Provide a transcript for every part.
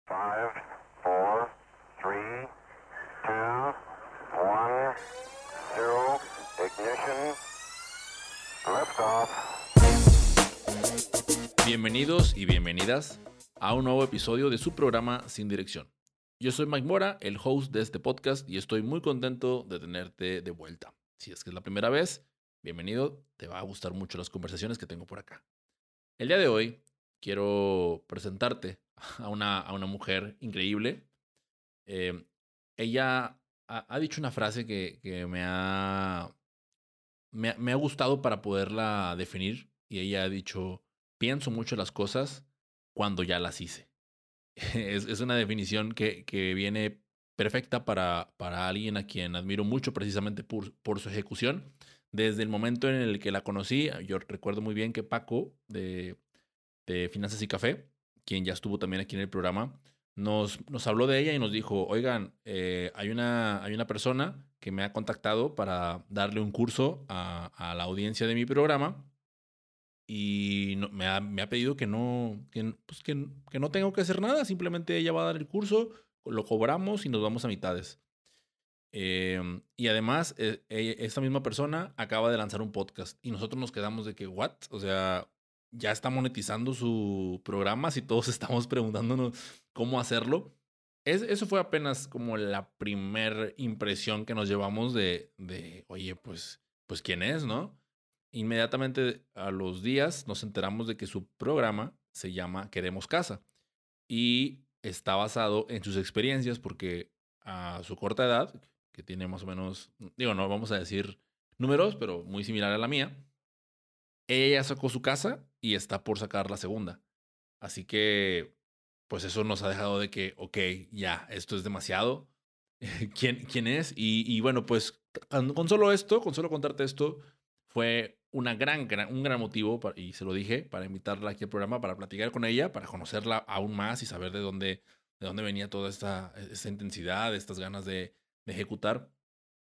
Five, four, three, two, one, zero, ignition, liftoff. Bienvenidos y bienvenidas a un nuevo episodio de su programa Sin Dirección. Yo soy Mike Mora, el host de este podcast, y estoy muy contento de tenerte de vuelta. Si es que es la primera vez, bienvenido, te va a gustar mucho las conversaciones que tengo por acá. El día de hoy quiero presentarte a una mujer increíble. Ella ha dicho una frase que me ha gustado para poderla definir, y ella ha dicho: pienso mucho las cosas cuando ya las hice. Es una definición que viene perfecta para alguien a quien admiro mucho precisamente por su ejecución. Desde el momento en el que la conocí, yo recuerdo muy bien que Paco de Finanzas y Café, quien ya estuvo también aquí en el programa, nos habló de ella y nos dijo: oigan, hay una persona que me ha contactado para darle un curso a la audiencia de mi programa, y me ha pedido que no tengo que hacer nada, simplemente ella va a dar el curso, lo cobramos y nos vamos a mitades. Y además, esta misma persona acaba de lanzar un podcast y nosotros nos quedamos de que, ¿what? O sea, ya está monetizando su programa, si todos estamos preguntándonos cómo hacerlo. Eso fue apenas como la primer impresión que nos llevamos de oye, pues ¿quién es, no? Inmediatamente a los días nos enteramos de que su programa se llama Queremos Casa y está basado en sus experiencias, porque a su corta edad, que tiene más o menos, digo, no vamos a decir números, pero muy similar a la mía, ella ya sacó su casa y está por sacar la segunda. Así que, pues eso nos ha dejado de que, ok, ya, esto es demasiado. ¿Quién es? Y bueno, pues con solo esto, con solo contarte esto, fue un gran motivo, y se lo dije, para invitarla aquí al programa, para platicar con ella, para conocerla aún más y saber de dónde venía toda esta intensidad, estas ganas de ejecutar.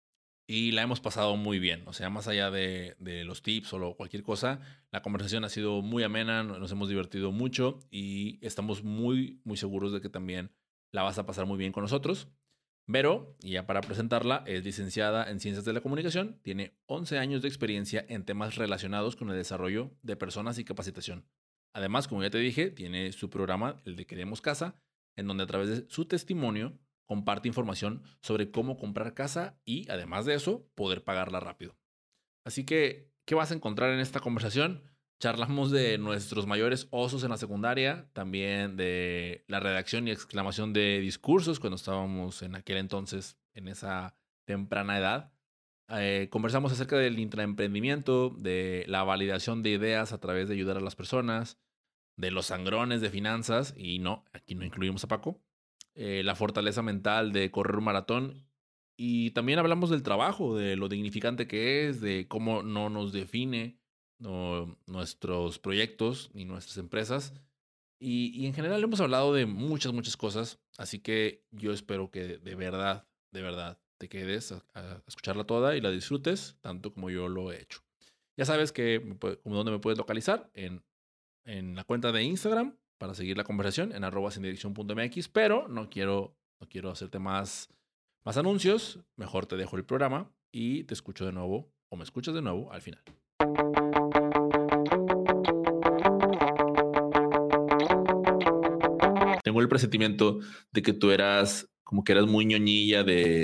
Y la hemos pasado muy bien. O sea, más allá de los tips o cualquier cosa, la conversación ha sido muy amena, nos hemos divertido mucho y estamos muy, muy seguros de que también la vas a pasar muy bien con nosotros. Vero, y ya para presentarla, es licenciada en Ciencias de la Comunicación, tiene 11 años de experiencia en temas relacionados con el desarrollo de personas y capacitación. Además, como ya te dije, tiene su programa, el de Queremos Casa, en donde a través de su testimonio comparte información sobre cómo comprar casa y, además de eso, poder pagarla rápido. Así que, ¿qué vas a encontrar en esta conversación? Charlamos de nuestros mayores osos en la secundaria, también de la redacción y exclamación de discursos cuando estábamos en aquel entonces, en esa temprana edad. Conversamos acerca del intraemprendimiento, de la validación de ideas a través de ayudar a las personas, de los sangrones de finanzas, y no, aquí no incluimos a Paco, la fortaleza mental de correr un maratón. Y también hablamos del trabajo, de lo dignificante que es, de cómo no nos define nuestros proyectos ni nuestras empresas. Y en general hemos hablado de muchas, muchas cosas. Así que yo espero que de verdad, te quedes a escucharla toda y la disfrutes tanto como yo lo he hecho. Ya sabes que dónde me puedes localizar en la cuenta de Instagram para seguir la conversación en @sindireccion.mx, pero no quiero hacerte más anuncios. Mejor te dejo el programa y te escucho de nuevo, o me escuchas de nuevo al final. Tengo el presentimiento de que tú eras como que eras muy ñoñilla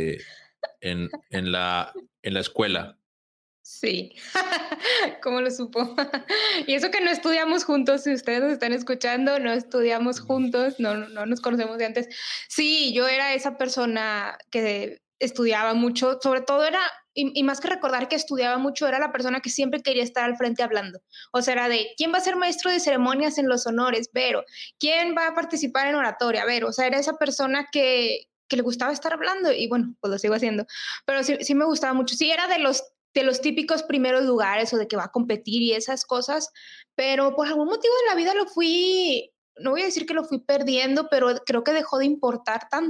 en la escuela. Sí, ¿cómo lo supo? Y eso que no estudiamos juntos, si ustedes nos están escuchando, no estudiamos juntos, no nos conocemos de antes. Sí, yo era esa persona que estudiaba mucho, sobre todo era, y más que recordar que estudiaba mucho, era la persona que siempre quería estar al frente hablando. O sea, era de, ¿quién va a ser maestro de ceremonias en los honores? Vero. ¿Quién va a participar en oratoria? Vero. O sea, era esa persona que le gustaba estar hablando y bueno, pues lo sigo haciendo. Pero sí, sí me gustaba mucho. Sí, era de los típicos primeros lugares o de que va a competir y esas cosas, pero por algún motivo de la vida lo fui, no voy a decir que lo fui perdiendo, pero creo que dejó de importar tanto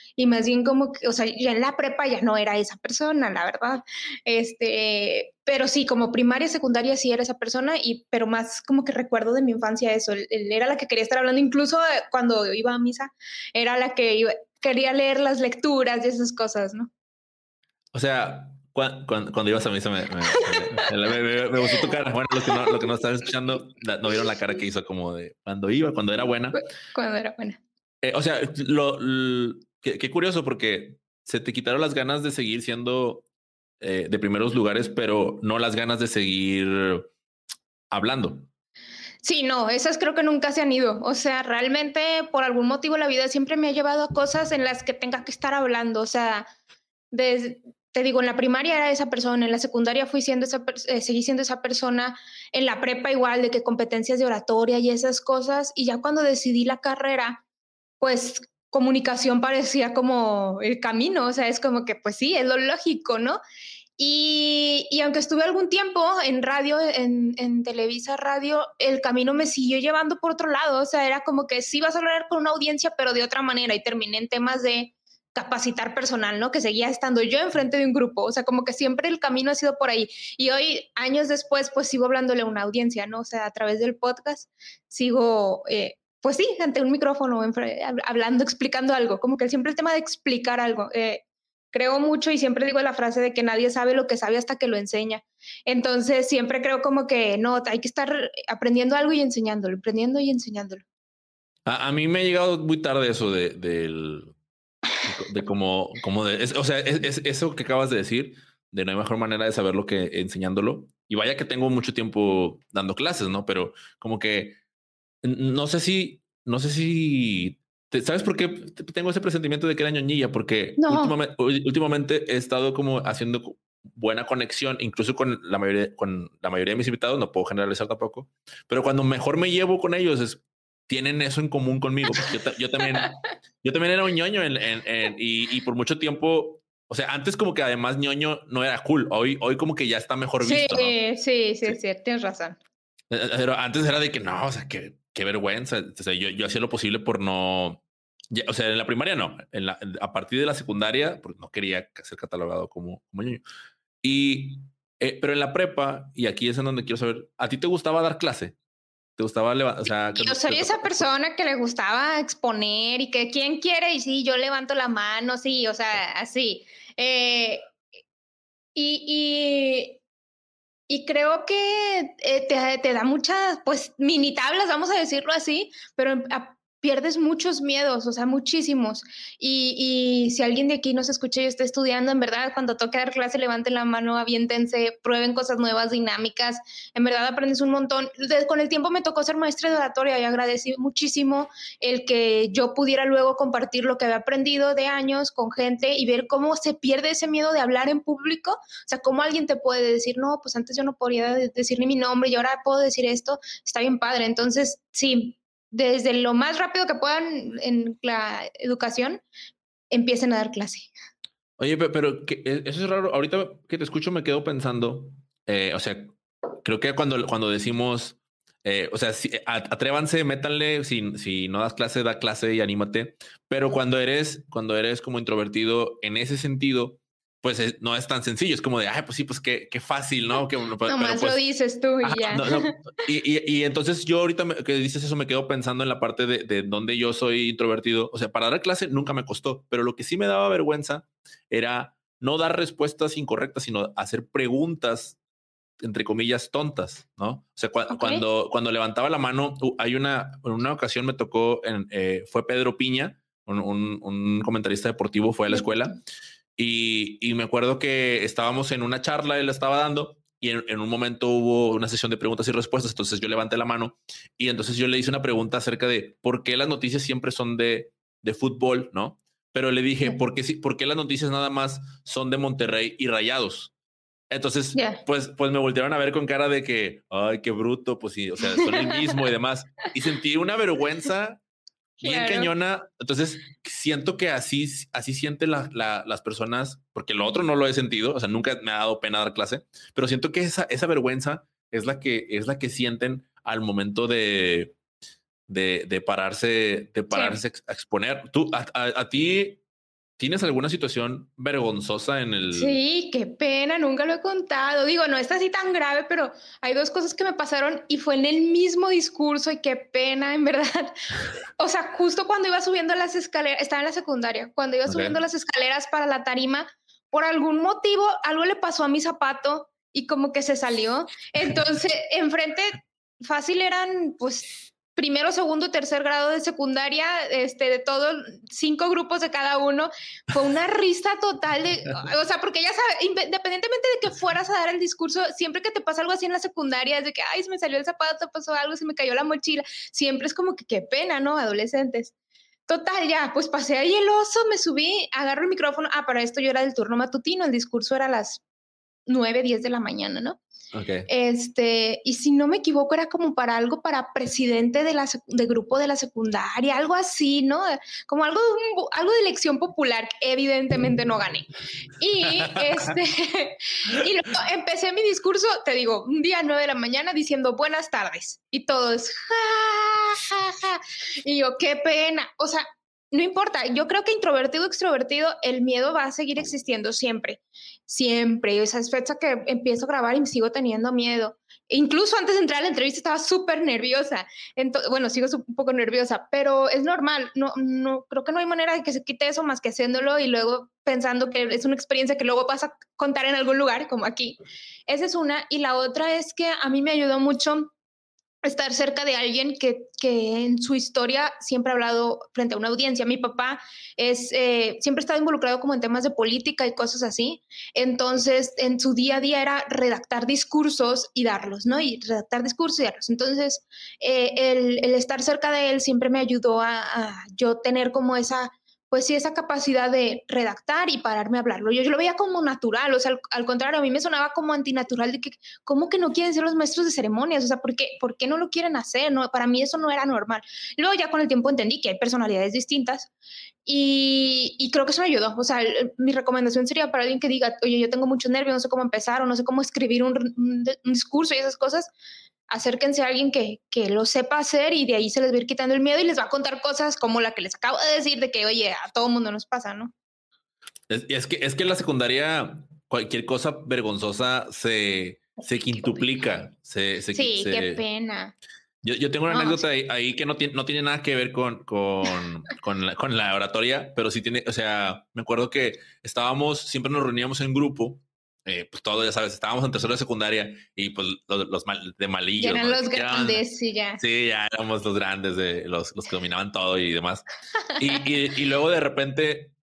y más bien como que, o sea, ya en la prepa ya no era esa persona, la verdad. Pero sí, como primaria, secundaria sí era esa persona, pero más como que recuerdo de mi infancia eso, él era la que quería estar hablando, incluso cuando iba a misa, era la que quería leer las lecturas y esas cosas, ¿no? O sea, cuando ibas a misa me gustó tu cara. Bueno, los que no estaban escuchando no vieron la cara que hizo como de cuando era buena. Cuando era buena. O sea, qué curioso porque se te quitaron las ganas de seguir siendo de primeros lugares, pero no las ganas de seguir hablando. Sí, no, esas creo que nunca se han ido. O sea, realmente por algún motivo la vida siempre me ha llevado a cosas en las que tenga que estar hablando. O sea, te digo, en la primaria era esa persona, en la secundaria seguí siendo esa persona, en la prepa igual, de que competencias de oratoria y esas cosas. Y ya cuando decidí la carrera, pues comunicación parecía como el camino. O sea, es como que, pues sí, es lo lógico, ¿no? Y aunque estuve algún tiempo en radio, en Televisa Radio, el camino me siguió llevando por otro lado. O sea, era como que sí vas a hablar con una audiencia, pero de otra manera. Y terminé en temas de capacitar personal, ¿no? Que seguía estando yo enfrente de un grupo. O sea, como que siempre el camino ha sido por ahí. Y hoy, años después, pues sigo hablándole a una audiencia, ¿no? O sea, a través del podcast, sigo, pues sí, ante un micrófono, hablando, explicando algo. Como que siempre el tema de explicar algo. Creo mucho y siempre digo la frase de que nadie sabe lo que sabe hasta que lo enseña. Entonces siempre creo como que no, hay que estar aprendiendo algo y enseñándolo, aprendiendo y enseñándolo. A mí me ha llegado muy tarde eso de cómo o sea, es eso que acabas de decir, de no hay mejor manera de saberlo que enseñándolo. Y vaya que tengo mucho tiempo dando clases, ¿no? Pero como que no sé si ¿sabes por qué tengo ese presentimiento de que era ñoñilla? Porque No. últimamente he estado como haciendo buena conexión, incluso con la mayoría de mis invitados, no puedo generalizar tampoco, pero cuando mejor me llevo con ellos tienen eso en común conmigo. Yo también era un ñoño y por mucho tiempo, o sea, antes como que además ñoño no era cool. Hoy como que ya está mejor Sí, visto, ¿no? sí, Sí. es cierto, tienes razón. Pero antes era de que no, o sea, qué vergüenza. O sea, yo hacía lo posible por no. O sea, en la primaria no. A partir de la secundaria, porque no quería ser catalogado como niño. Pero en la prepa, y aquí es en donde quiero saber, ¿a ti te gustaba dar clase? ¿Te gustaba levantar? O sea, Yo soy esa persona que le gustaba exponer y que quién quiere, y sí, yo levanto la mano, sí, o sea, así. Y, y creo que te da muchas, pues, mini tablas, vamos a decirlo así, pero pierdes muchos miedos, o sea, muchísimos. Y si alguien de aquí nos escucha y está estudiando, en verdad, cuando toque dar clase, levanten la mano, aviéntense, prueben cosas nuevas, dinámicas. En verdad aprendes un montón. Con el tiempo me tocó ser maestra de oratoria y agradecí muchísimo el que yo pudiera luego compartir lo que había aprendido de años con gente y ver cómo se pierde ese miedo de hablar en público. O sea, cómo alguien te puede decir, no, pues antes yo no podía decir ni mi nombre y ahora puedo decir esto, está bien padre. Entonces, sí, desde lo más rápido que puedan en la educación, empiecen a dar clase. Oye, pero eso es raro. Ahorita que te escucho me quedo pensando, o sea, creo que cuando decimos, o sea, atrévanse, métanle, si no das clase, da clase y anímate. Pero cuando eres como introvertido en ese sentido, pues no es tan sencillo. Es como de, ay, pues sí, pues qué fácil, ¿no? Nomás pues, lo dices tú y ajá, ya. no. Y entonces yo ahorita que dices eso me quedo pensando en la parte de donde yo soy introvertido. O sea, para dar clase nunca me costó, pero lo que sí me daba vergüenza era no dar respuestas incorrectas, sino hacer preguntas entre comillas tontas, ¿no? O sea, Okay. cuando levantaba la mano, en una ocasión me tocó, fue Pedro Piña, un comentarista deportivo, fue a la escuela y me acuerdo que estábamos en una charla, él la estaba dando y en un momento hubo una sesión de preguntas y respuestas, entonces yo levanté la mano y entonces yo le hice una pregunta acerca de por qué las noticias siempre son de fútbol, ¿no? Pero le dije, Yeah. ¿por qué las noticias nada más son de Monterrey y Rayados? Entonces, Yeah. pues me voltearon a ver con cara de que, ay, qué bruto, pues sí, o sea, son el mismo y demás. Y sentí una vergüenza bien Claro. cañona. Entonces, siento que así sienten las personas, porque lo otro no lo he sentido, o sea, nunca me ha dado pena dar clase, pero siento que esa vergüenza es la que sienten al momento de pararse Sí. a exponer. A ti ¿Tienes alguna situación vergonzosa en el...? Sí, qué pena, nunca lo he contado. Digo, no está así tan grave, pero hay 2 cosas que me pasaron y fue en el mismo discurso y qué pena, en verdad. O sea, justo cuando iba subiendo las escaleras, estaba en la secundaria, cuando iba subiendo Ok. las escaleras para la tarima, por algún motivo algo le pasó a mi zapato y como que se salió. Entonces, enfrente fácil eran pues primero, segundo, tercer grado de secundaria, de todos 5 grupos de cada uno. Fue una risa total de, o sea, porque ya sabes, independientemente de que fueras a dar el discurso, siempre que te pasa algo así en la secundaria, es de que, ay, se me salió el zapato, pasó algo, se me cayó la mochila, siempre es como que qué pena, ¿no? Adolescentes. Total, ya, pues pasé ahí el oso, me subí, agarro el micrófono. Ah, para esto yo era del turno matutino, el discurso era a las 9, 10 de la mañana, ¿no? Ok. Y si no me equivoco, era como para algo para presidente de grupo de la secundaria, algo así, ¿no? Como algo de elección popular, que evidentemente no gané. Y, y luego empecé mi discurso, te digo, un día 9 de la mañana diciendo buenas tardes. Y todos, ja, ja, ja. Y yo, qué pena. O sea, no importa, yo creo que introvertido, extrovertido, el miedo va a seguir existiendo siempre, siempre. Esa es fecha que empiezo a grabar y sigo teniendo miedo. Incluso antes de entrar a la entrevista estaba súper nerviosa. Bueno, sigo un poco nerviosa, pero es normal. No, creo que no hay manera de que se quite eso más que haciéndolo y luego pensando que es una experiencia que luego vas a contar en algún lugar, como aquí. Esa es una. Y la otra es que a mí me ayudó mucho estar cerca de alguien que en su historia siempre ha hablado frente a una audiencia. Mi papá siempre ha estado involucrado como en temas de política y cosas así. Entonces, en su día a día era redactar discursos y darlos, ¿no? Y redactar discursos y darlos. Entonces, el estar cerca de él siempre me ayudó a yo tener como pues sí, esa capacidad de redactar y pararme a hablarlo. Yo lo veía como natural, o sea, al contrario, a mí me sonaba como antinatural de que, ¿cómo que no quieren ser los maestros de ceremonias? O sea, ¿por qué no lo quieren hacer? No, para mí eso no era normal. Luego ya con el tiempo entendí que hay personalidades distintas y creo que eso me ayudó. O sea, mi recomendación sería para alguien que diga, oye, yo tengo mucho nervio, no sé cómo empezar o no sé cómo escribir un discurso y esas cosas. Acérquense a alguien que lo sepa hacer y de ahí se les va a ir quitando el miedo y les va a contar cosas como la que les acabo de decir de que, oye, a todo mundo nos pasa, ¿no? Es que en la secundaria cualquier cosa vergonzosa se quintuplica. Sí, qué pena. Yo tengo una No, anécdota sí. ahí que no tiene nada que ver con la oratoria, pero sí tiene, o sea, me acuerdo que siempre nos reuníamos en grupo, pues todo, ya sabes, estábamos en tercero de secundaria y pues de Ya malillos, eran ¿no? los ¿Qué onda? grandes y ya. Sí, ya éramos los grandes, los que dominaban todo y demás. Y luego de repente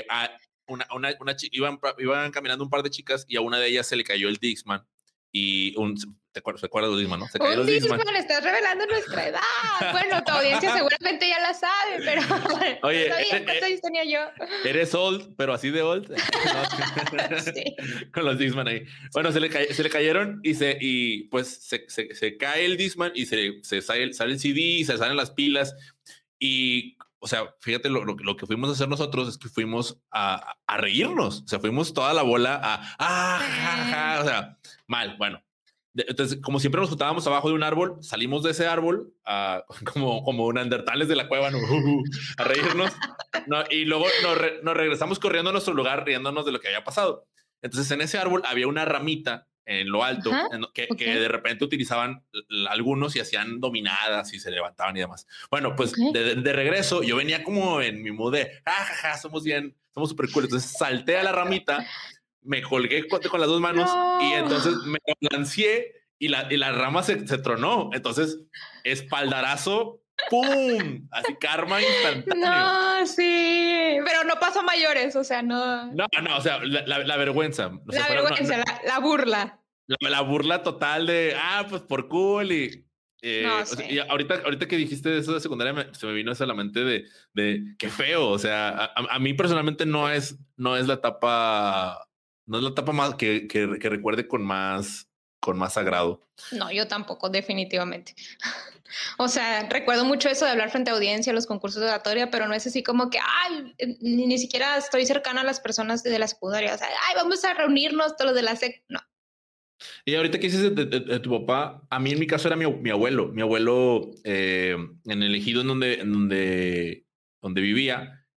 iban caminando un par de chicas y a una de ellas se le cayó el Dixman y ¿te acuerdas del Dixman, no? Se cayó Un el Dixman. Discman, estás revelando nuestra edad. Bueno, tu audiencia seguramente ya la sabe, pero no Oye, sabía cuántos años tenía yo. eres old, pero así de old. Sí. Con los Discman ahí. Bueno, se le cayeron y pues se cae el Discman y sale el CD y se salen las pilas. Y, o sea, fíjate lo que fuimos a hacer nosotros es que fuimos a reírnos. O sea, fuimos toda la bola ja, ja, o sea, mal. Bueno, entonces, como siempre nos juntábamos abajo de un árbol, salimos de ese árbol como neandertales de la cueva, ¿no? A reírnos. No, y luego nos regresamos corriendo a nuestro lugar riéndonos de lo que había pasado. Entonces, en ese árbol había una ramita en lo alto Ajá, que ok, de repente utilizaban algunos y hacían dominadas y se levantaban y demás. Bueno, ok. pues de regreso yo venía como en mi mood de somos súper cool. Entonces salté a la ramita, me colgué con las dos manos y No, entonces me lancé y la rama se tronó. Entonces, espaldarazo, ¡pum! Así karma instantáneo. no, sí, pero no pasó a mayores, o sea, no. No, o sea, la vergüenza. O sea, La no, vergüenza, la burla. la burla total de, pues por cool No o sea, sé. y ahorita que dijiste eso de secundaria se me vino eso a la mente de qué feo, o sea, a mí personalmente no es la etapa, no es la etapa más que recuerde con más agrado. No, yo tampoco, definitivamente. O sea, recuerdo mucho eso de hablar frente a audiencia, los concursos de oratoria, pero no es así como que, ay, ni siquiera estoy cercana a las personas de la secundaria. O sea, ay, vamos a reunirnos todos los de la sec. No. Y ahorita que dices de tu papá, a mí en mi caso era mi abuelo. Mi abuelo en el ejido donde vivía,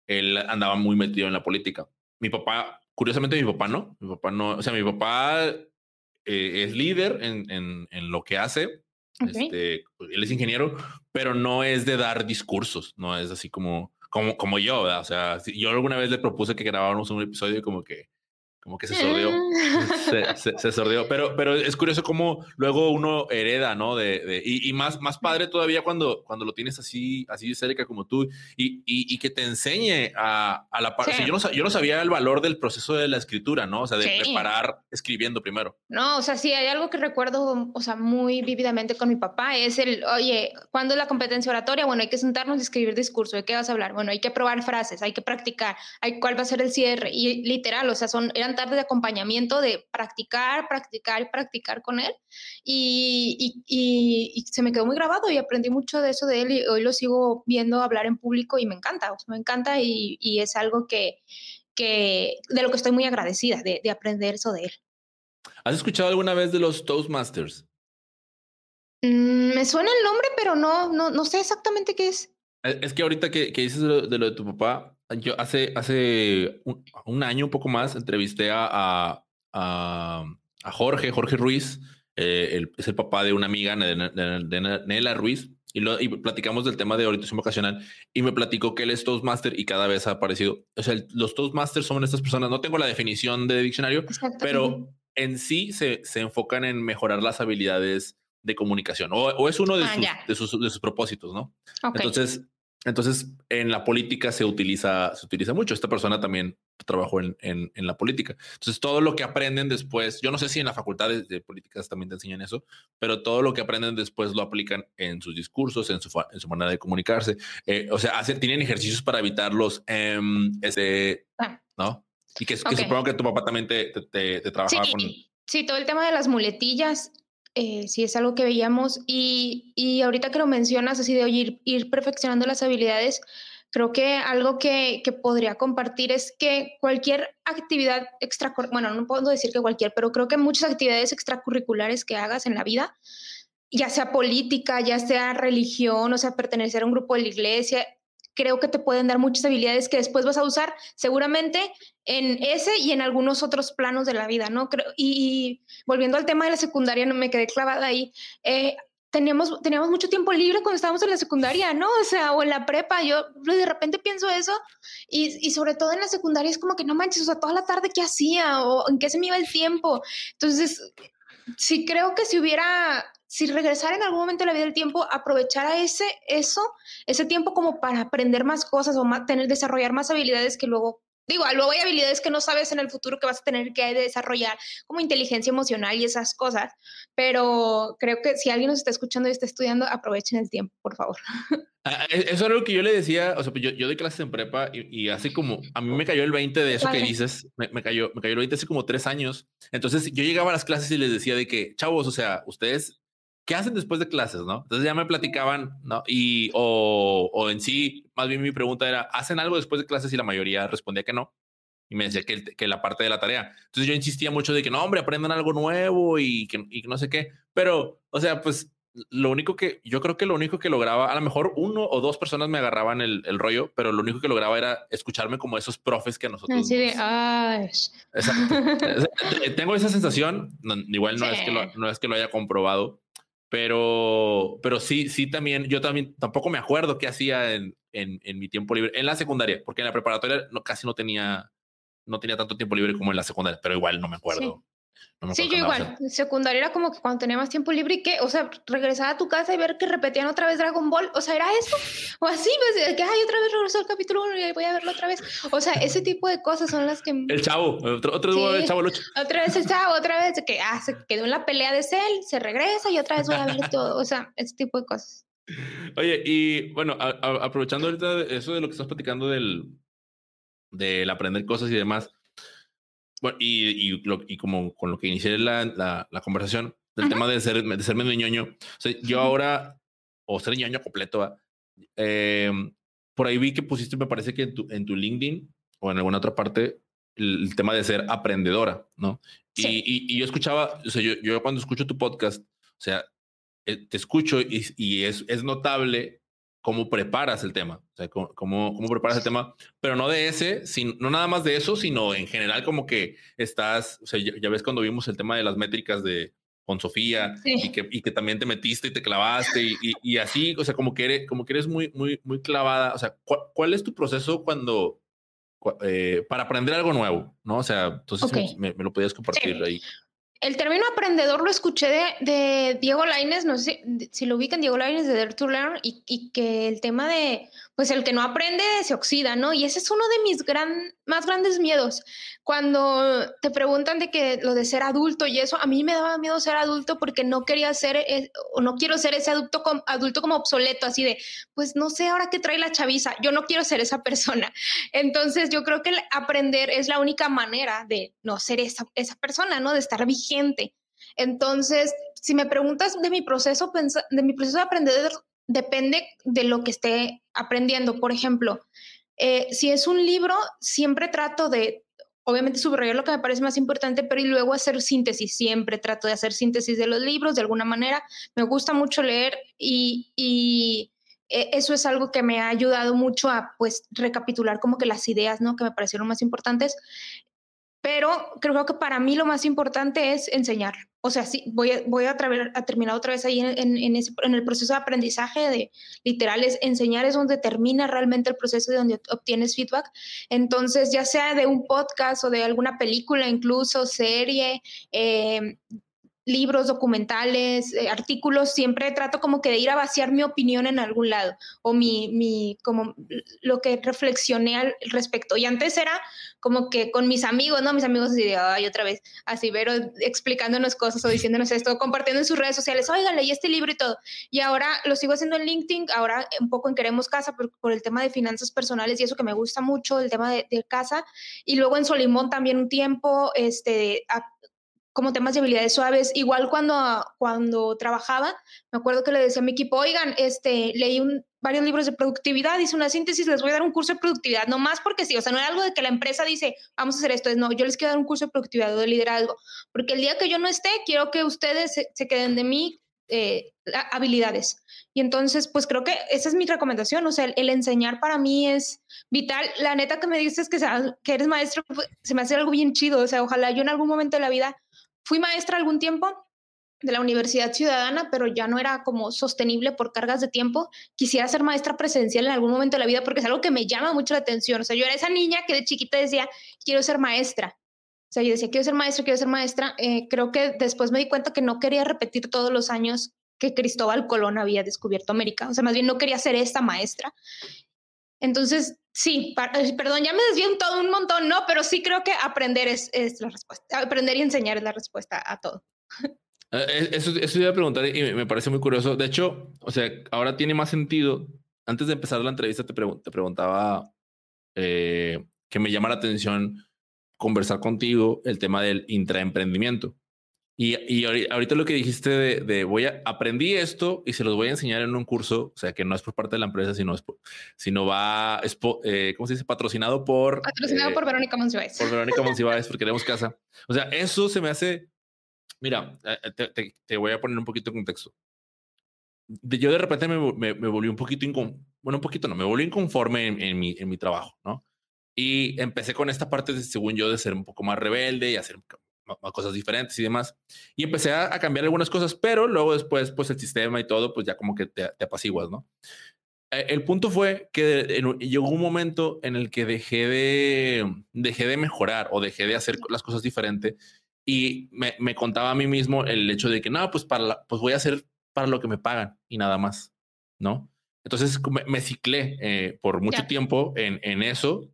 él andaba muy metido en la política. Mi papá, curiosamente, mi papá no, o sea, mi papá es líder en lo que hace. Ok. Él es ingeniero, pero no es de dar discursos, no es así como yo, ¿verdad? O sea, yo alguna vez le propuse que grabáramos un episodio y como que se sordeó. Se sordeó. Pero es curioso cómo luego uno hereda, ¿no? Y más padre todavía cuando lo tienes así cerca como tú y que te enseñe a la parte. Sí, O sea, yo no sabía el valor del proceso de la escritura, ¿no? O sea, de sí. preparar escribiendo primero. No, o sea, sí, hay algo que recuerdo, o sea, muy vívidamente con mi papá, es oye, ¿cuándo es la competencia oratoria? Bueno, hay que sentarnos y escribir discurso, ¿de qué vas a hablar? Bueno, hay que probar frases, hay que practicar, cuál va a ser el cierre, y literal, o sea, eran tardes de acompañamiento de practicar, practicar y practicar con él, y se me quedó muy grabado y aprendí mucho de eso de él, y hoy lo sigo viendo hablar en público y me encanta, o sea, me encanta y es algo de lo que estoy muy agradecida, de aprender eso de él. ¿Has escuchado alguna vez de los Toastmasters? Me suena el nombre, pero no sé exactamente qué es. Es que ahorita que dices de lo de tu papá, yo hace un año, un poco más, entrevisté a Jorge Ruiz, es el papá de una amiga, de Nela Ruiz, y platicamos del tema de orientación vocacional, y me platicó que él es Toastmaster y cada vez ha aparecido. O sea, los Toastmasters son estas personas, no tengo la definición de diccionario, Exacto. pero en sí se enfocan en mejorar las habilidades de comunicación, o es uno de Ah, ya. de sus propósitos, ¿no? Ok. Entonces, en la política se utiliza mucho. Esta persona también trabajó en la política. Entonces, todo lo que aprenden después, yo no sé si en la facultad de políticas también te enseñan eso, pero todo lo que aprenden después lo aplican en sus discursos, en su manera de comunicarse. O sea, tienen ejercicios para evitar Ah, ¿no? Y que ok. supongo que tu papá también te trabajaba con. Sí, sí, todo el tema de las muletillas, sí es algo que veíamos y ahorita que lo mencionas, así de oye, ir perfeccionando las habilidades, creo que algo que podría compartir es que cualquier actividad bueno, no puedo decir que cualquier, pero creo que muchas actividades extracurriculares que hagas en la vida, ya sea política, ya sea religión, o sea, pertenecer a un grupo de la iglesia, creo que te pueden dar muchas habilidades que después vas a usar seguramente en ese y en algunos otros planos de la vida, ¿no? Y volviendo al tema de la secundaria, no me quedé clavada ahí. Teníamos mucho tiempo libre cuando estábamos en la secundaria, ¿no? O sea, o en la prepa, yo de repente pienso eso y sobre todo en la secundaria es como que no manches, o sea, toda la tarde qué hacía o en qué se me iba el tiempo. Entonces, sí creo que si regresara en algún momento de la vida del tiempo, aprovechara ese tiempo como para aprender más cosas o desarrollar más habilidades que luego hay habilidades que no sabes en el futuro que vas a tener que desarrollar, como inteligencia emocional y esas cosas, pero creo que si alguien nos está escuchando y está estudiando, aprovechen el tiempo, por favor. Eso era lo que yo le decía, o sea, pues yo doy clases en prepa y así como a mí me cayó el 20 de eso que Padre. dices, me cayó el 20 hace como 3 años. Entonces yo llegaba a las clases y les decía de que, chavos, o sea, ustedes, ¿qué hacen después de clases, no? Entonces ya me platicaban, ¿no? O en sí, más bien mi pregunta era, ¿hacen algo después de clases? Y la mayoría respondía que no. Y me decía que la parte de la tarea. Entonces yo insistía mucho de que no, hombre, aprendan algo nuevo y que no sé qué. Pero, o sea, pues yo creo que lo único que lograba, a lo mejor uno o dos personas me agarraban el rollo, pero lo único que lograba era escucharme como esos profes que a nosotros Así de, nos. ay. Exacto. Tengo esa sensación, igual Sí. no es que lo haya comprobado, pero sí también, yo también tampoco me acuerdo qué hacía en mi tiempo libre, en la secundaria, porque en la preparatoria casi no tenía tanto tiempo libre como en la secundaria, pero igual Sí. no me Sí, acuerdo qué yo andaba igual. haciendo. En secundaria era como que cuando tenía más tiempo libre y que, o sea, regresar a tu casa y ver que repetían otra vez Dragon Ball, o sea, era eso. O así, pues, que, ay, otra vez regresó el capítulo 1 y voy a verlo otra vez. O sea, ese tipo de cosas son las que, El Chavo, otro el Chavo sí, el 8. otra vez el sábado, otra vez de que, se quedó en la pelea de Cell, se regresa y otra vez voy a ver todo. O sea, ese tipo de cosas. Oye, y bueno, aprovechando ahorita eso de lo que estás platicando del aprender cosas y demás, bueno, y como con lo que inicié la conversación, del Ajá, tema de ser medio ñoño, o sea, yo ahora, o ser ñoño completo, eh, por ahí vi que pusiste, me parece que en tu LinkedIn o en alguna otra parte, el tema de ser aprendedora, ¿no? sí. Y yo escuchaba, o sea, yo cuando escucho tu podcast, o sea, te escucho y es notable cómo preparas el tema, o sea, cómo preparas el tema, pero no de ese, no nada más de eso, sino en general como que estás, o sea, ya ves cuando vimos el tema de las métricas con Sofía Sí. y que también te metiste y te clavaste y así, o sea, como que eres muy, muy, muy clavada, o sea, ¿cuál es tu proceso para aprender algo nuevo, ¿no? O sea, entonces Ok. me lo podías compartir Sí. ahí. El término aprendedor lo escuché de Diego Lainez, no sé si lo ubican, Diego Lainez de Dare to Learn, y que el tema de, pues el que no aprende se oxida, ¿no? Y ese es uno de mis más grandes miedos. Cuando te preguntan de que lo de ser adulto y eso, a mí me daba miedo ser adulto porque no quería ser, o no quiero ser ese adulto como obsoleto, así de, pues no sé ahora qué trae la chaviza, yo no quiero ser esa persona. Entonces yo creo que el aprender es la única manera de no ser esa persona, ¿no? De estar vigente. Entonces, si me preguntas de mi proceso de aprender, depende de lo que esté aprendiendo. Por ejemplo, si es un libro, siempre trato de, obviamente, subrayar lo que me parece más importante, pero y luego hacer síntesis. Siempre trato de hacer síntesis de los libros de alguna manera. Me gusta mucho leer y eso es algo que me ha ayudado mucho a, pues, recapitular como que las ideas, ¿no? Que me parecieron más importantes. Pero creo que para mí lo más importante es enseñar. O sea, sí, voy a terminar otra vez ahí en el proceso de aprendizaje de literal, es enseñar es donde termina realmente el proceso de donde obtienes feedback. Entonces, ya sea de un podcast o de alguna película, incluso serie, libros, documentales, artículos, siempre trato como que de ir a vaciar mi opinión en algún lado o como lo que reflexioné al respecto. Y antes era como que con mis amigos, ¿no? Mis amigos así de, ay, otra vez, así, pero explicándonos cosas o diciéndonos esto, compartiendo en sus redes sociales, oigan, leí este libro y todo. Y ahora lo sigo haciendo en LinkedIn, ahora un poco en Queremos Casa por el tema de finanzas personales y eso que me gusta mucho, el tema de casa. Y luego en Solimón también un tiempo, como temas de habilidades suaves. Igual cuando trabajaba, me acuerdo que le decía a mi equipo, oigan, leí varios libros de productividad, hice una síntesis, les voy a dar un curso de productividad, no más porque sí, o sea, no era algo de que la empresa dice, vamos a hacer esto, no, yo les quiero dar un curso de productividad o de liderazgo, porque el día que yo no esté, quiero que ustedes se queden de mí habilidades. Y entonces, pues creo que esa es mi recomendación, o sea, el enseñar para mí es vital. La neta que me dices que eres maestro, pues, se me hace algo bien chido, o sea, ojalá yo en algún momento de la vida fui maestra algún tiempo de la Universidad Ciudadana, pero ya no era como sostenible por cargas de tiempo. Quisiera ser maestra presencial en algún momento de la vida porque es algo que me llama mucho la atención. O sea, yo era esa niña que de chiquita decía, quiero ser maestra. O sea, yo decía, quiero ser maestra, quiero ser maestra. Creo que después me di cuenta que no quería repetir todos los años que Cristóbal Colón había descubierto América. O sea, más bien no quería ser esta maestra. Entonces, sí, perdón, ya me desvío todo un montón, ¿no? Pero sí creo que aprender es la respuesta. Aprender y enseñar es la respuesta a todo. Eso iba a preguntar y me parece muy curioso. De hecho, o sea, ahora tiene más sentido. Antes de empezar la entrevista te preguntaba que me llama la atención conversar contigo el tema del intraemprendimiento. Y ahorita lo que dijiste aprendí esto y se los voy a enseñar en un curso, o sea, que no es por parte de la empresa, ¿cómo se dice? Patrocinado por Verónica Monsiváis. Por Verónica Monsiváis, porque Queremos Casa. O sea, eso se me hace, mira, te voy a poner un poquito en contexto. Yo de repente me volví un poquito me volví inconforme en mi trabajo, ¿no? Y empecé con esta parte, según yo, de ser un poco más rebelde y hacer cosas diferentes y demás. Y empecé a cambiar algunas cosas, pero luego después, pues el sistema y todo, pues ya como que te apaciguas, ¿no? El punto fue que llegó un momento en el que dejé de mejorar o dejé de hacer las cosas diferente y me contaba a mí mismo el hecho de que no, pues pues voy a hacer para lo que me pagan y nada más, ¿no? Entonces me ciclé por mucho tiempo en eso.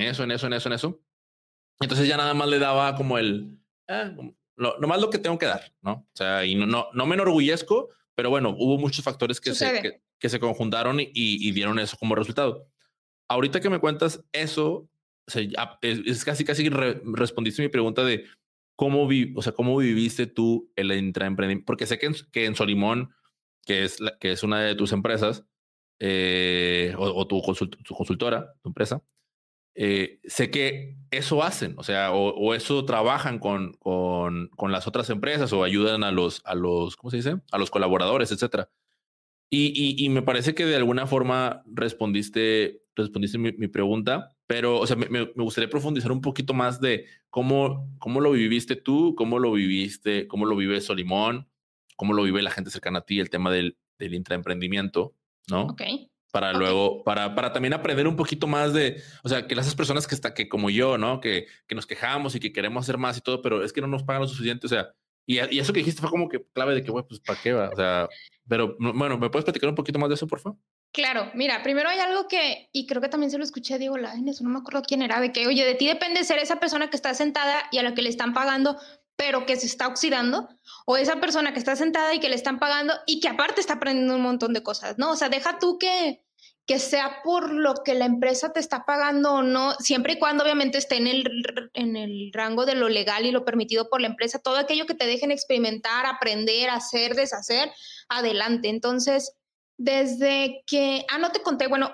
Entonces ya nada más le daba como nomás lo que tengo que dar, ¿no? O sea, y no me enorgullezco, pero bueno, hubo muchos factores que se conjuntaron y dieron eso como resultado. Ahorita que me cuentas eso, o sea, es casi respondiste mi pregunta de cómo viviste tú el intraemprendimiento, porque sé que en Solimón, que es una de tus empresas, o tu consultora, tu empresa, sé que eso hacen, o sea, o eso trabajan con las otras empresas o ayudan a los, ¿cómo se dice? A los colaboradores, etcétera. Y me parece que de alguna forma respondiste mi pregunta, pero o sea, me gustaría profundizar un poquito más de cómo lo viviste tú, cómo lo vive Solimón, cómo lo vive la gente cercana a ti, el tema del intraemprendimiento, ¿no? Ok, Para ok. luego, para también aprender un poquito más de, o sea, que esas personas que como yo, ¿no? Que nos quejamos y que queremos hacer más y todo, pero es que no nos pagan lo suficiente, o sea, y eso que dijiste fue como que clave de que, güey, pues, ¿para qué va? O sea, pero bueno, ¿me puedes platicar un poquito más de eso, por favor? Claro, mira, primero hay algo que, y creo que también se lo escuché a Diego Lainez, no me acuerdo quién era, de que, oye, de ti depende ser esa persona que está sentada y a la que le están pagando, pero que se está oxidando, o esa persona que está sentada y que le están pagando y que aparte está aprendiendo un montón de cosas, ¿no? O sea, deja tú que sea por lo que la empresa te está pagando o no, siempre y cuando obviamente esté en el rango de lo legal y lo permitido por la empresa, todo aquello que te dejen experimentar, aprender, hacer, deshacer, adelante. Entonces, desde que, no te conté, bueno,